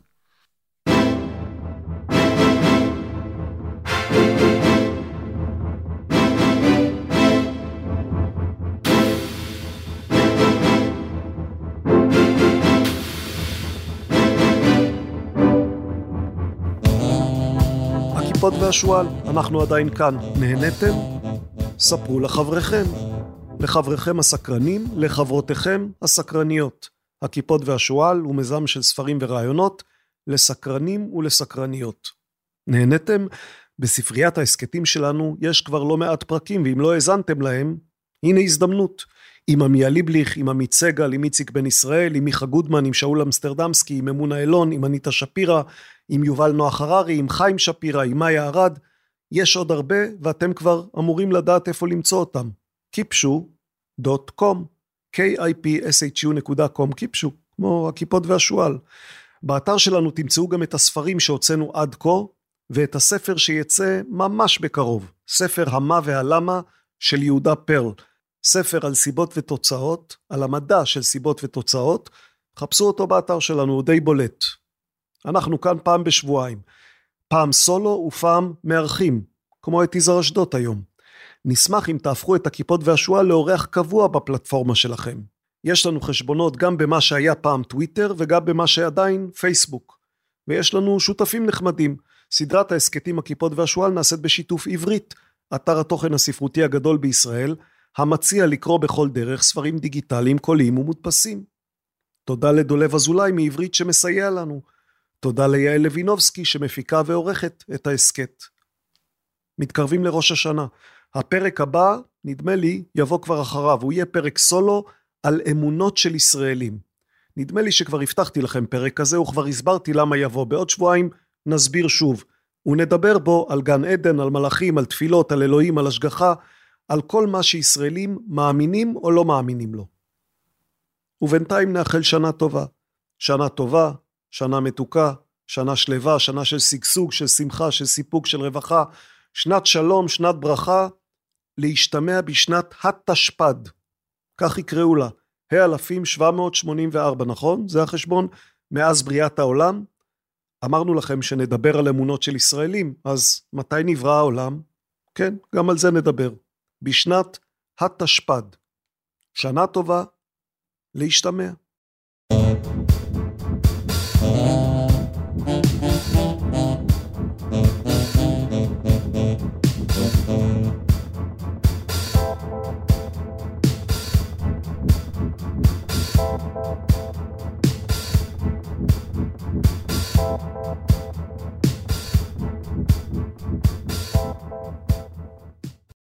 הכיפות והשואל, אנחנו עדיין כאן. נהניתם? ספרו לחבריכם הסקרנים, לחברותיכם הסקרניות. הכיפות והשואל הוא מיזם של ספרים ורעיונות לסקרנים ולסקרניות. נהניתם? בספריית ההסקטים שלנו יש כבר לא מעט פרקים, ואם לא האזנתם להם, הנה הזדמנות. עם עמיה ליבליך, עם עמית סגל, עם איציק בן ישראל, עם מיכה גודמן, עם שאול אמסטרדמסקי, עם אמונה אלון, עם אניטה שפירה, עם יובל נוח הררי, עם חיים שפירה, עם מאיה ארד. יש עוד הרבה, ואתם כבר אמורים לדעת איפה למצוא אותם. kipshu.com, kipshu.com, kipshu, כמו הכיפות והשואל. באתר שלנו תמצאו גם את הספרים שהוצאנו עד כה, ואת הספר שיצא ממש בקרוב, ספר המה והלמה של יהודה פרל, ספר על סיבות ותוצאות, על המדע של סיבות ותוצאות, חפשו אותו באתר שלנו, הוא די בולט. אנחנו כאן פעם בשבועיים, פעם סולו ופעם מארחים, כמו את יזהר אשדוד היום. נשמח אם תהפכו את הכיפות והשואל לאורח קבוע בפלטפורמה שלכם. יש לנו חשבונות גם במה שהיה פעם טוויטר וגם במה שעדיין פייסבוק. ויש לנו שותפים נחמדים. סדרת ההסקטים הכיפות והשואל נעשית בשיתוף עברית, אתר התוכן הספרותי הגדול בישראל, המציע לקרוא בכל דרך ספרים דיגיטליים, קוליים ומודפסים. תודה לדולב אזולאי מעברית שמסייע לנו. תודה ליעל לוינובסקי שמפיקה ועורכת את ההסקט. מתקרבים לראש השנה. הפרק הבא, נדמה לי, יבוא כבר אחריו. הוא יהיה פרק סולו על אמונות של ישראלים. נדמה לי שכבר הבטחתי לכם פרק כזה, וכבר הסברתי למה יבוא. בעוד שבועיים נסביר שוב. ונדבר בו על גן עדן, על מלאכים, על תפילות, על אלוהים, על השגחה, על כל מה שישראלים מאמינים או לא מאמינים לו. ובינתיים נאחל שנה טובה. שנה טובה, שנה מתוקה, שנה שלווה, שנה של שגשוג, של שמחה, של סיפוק, של רווחה, שנת שלום, שנת ברכה, להשתמע בשנת התשפ"ד. כך יקראו לה. 1784, נכון? זה החשבון מאז בריאת העולם. אמרנו לכם שנדבר על אמונות של ישראלים, אז מתי נברא העולם? כן, גם על זה נדבר. בשנת התשפ"ד. שנה טובה, להשתמע.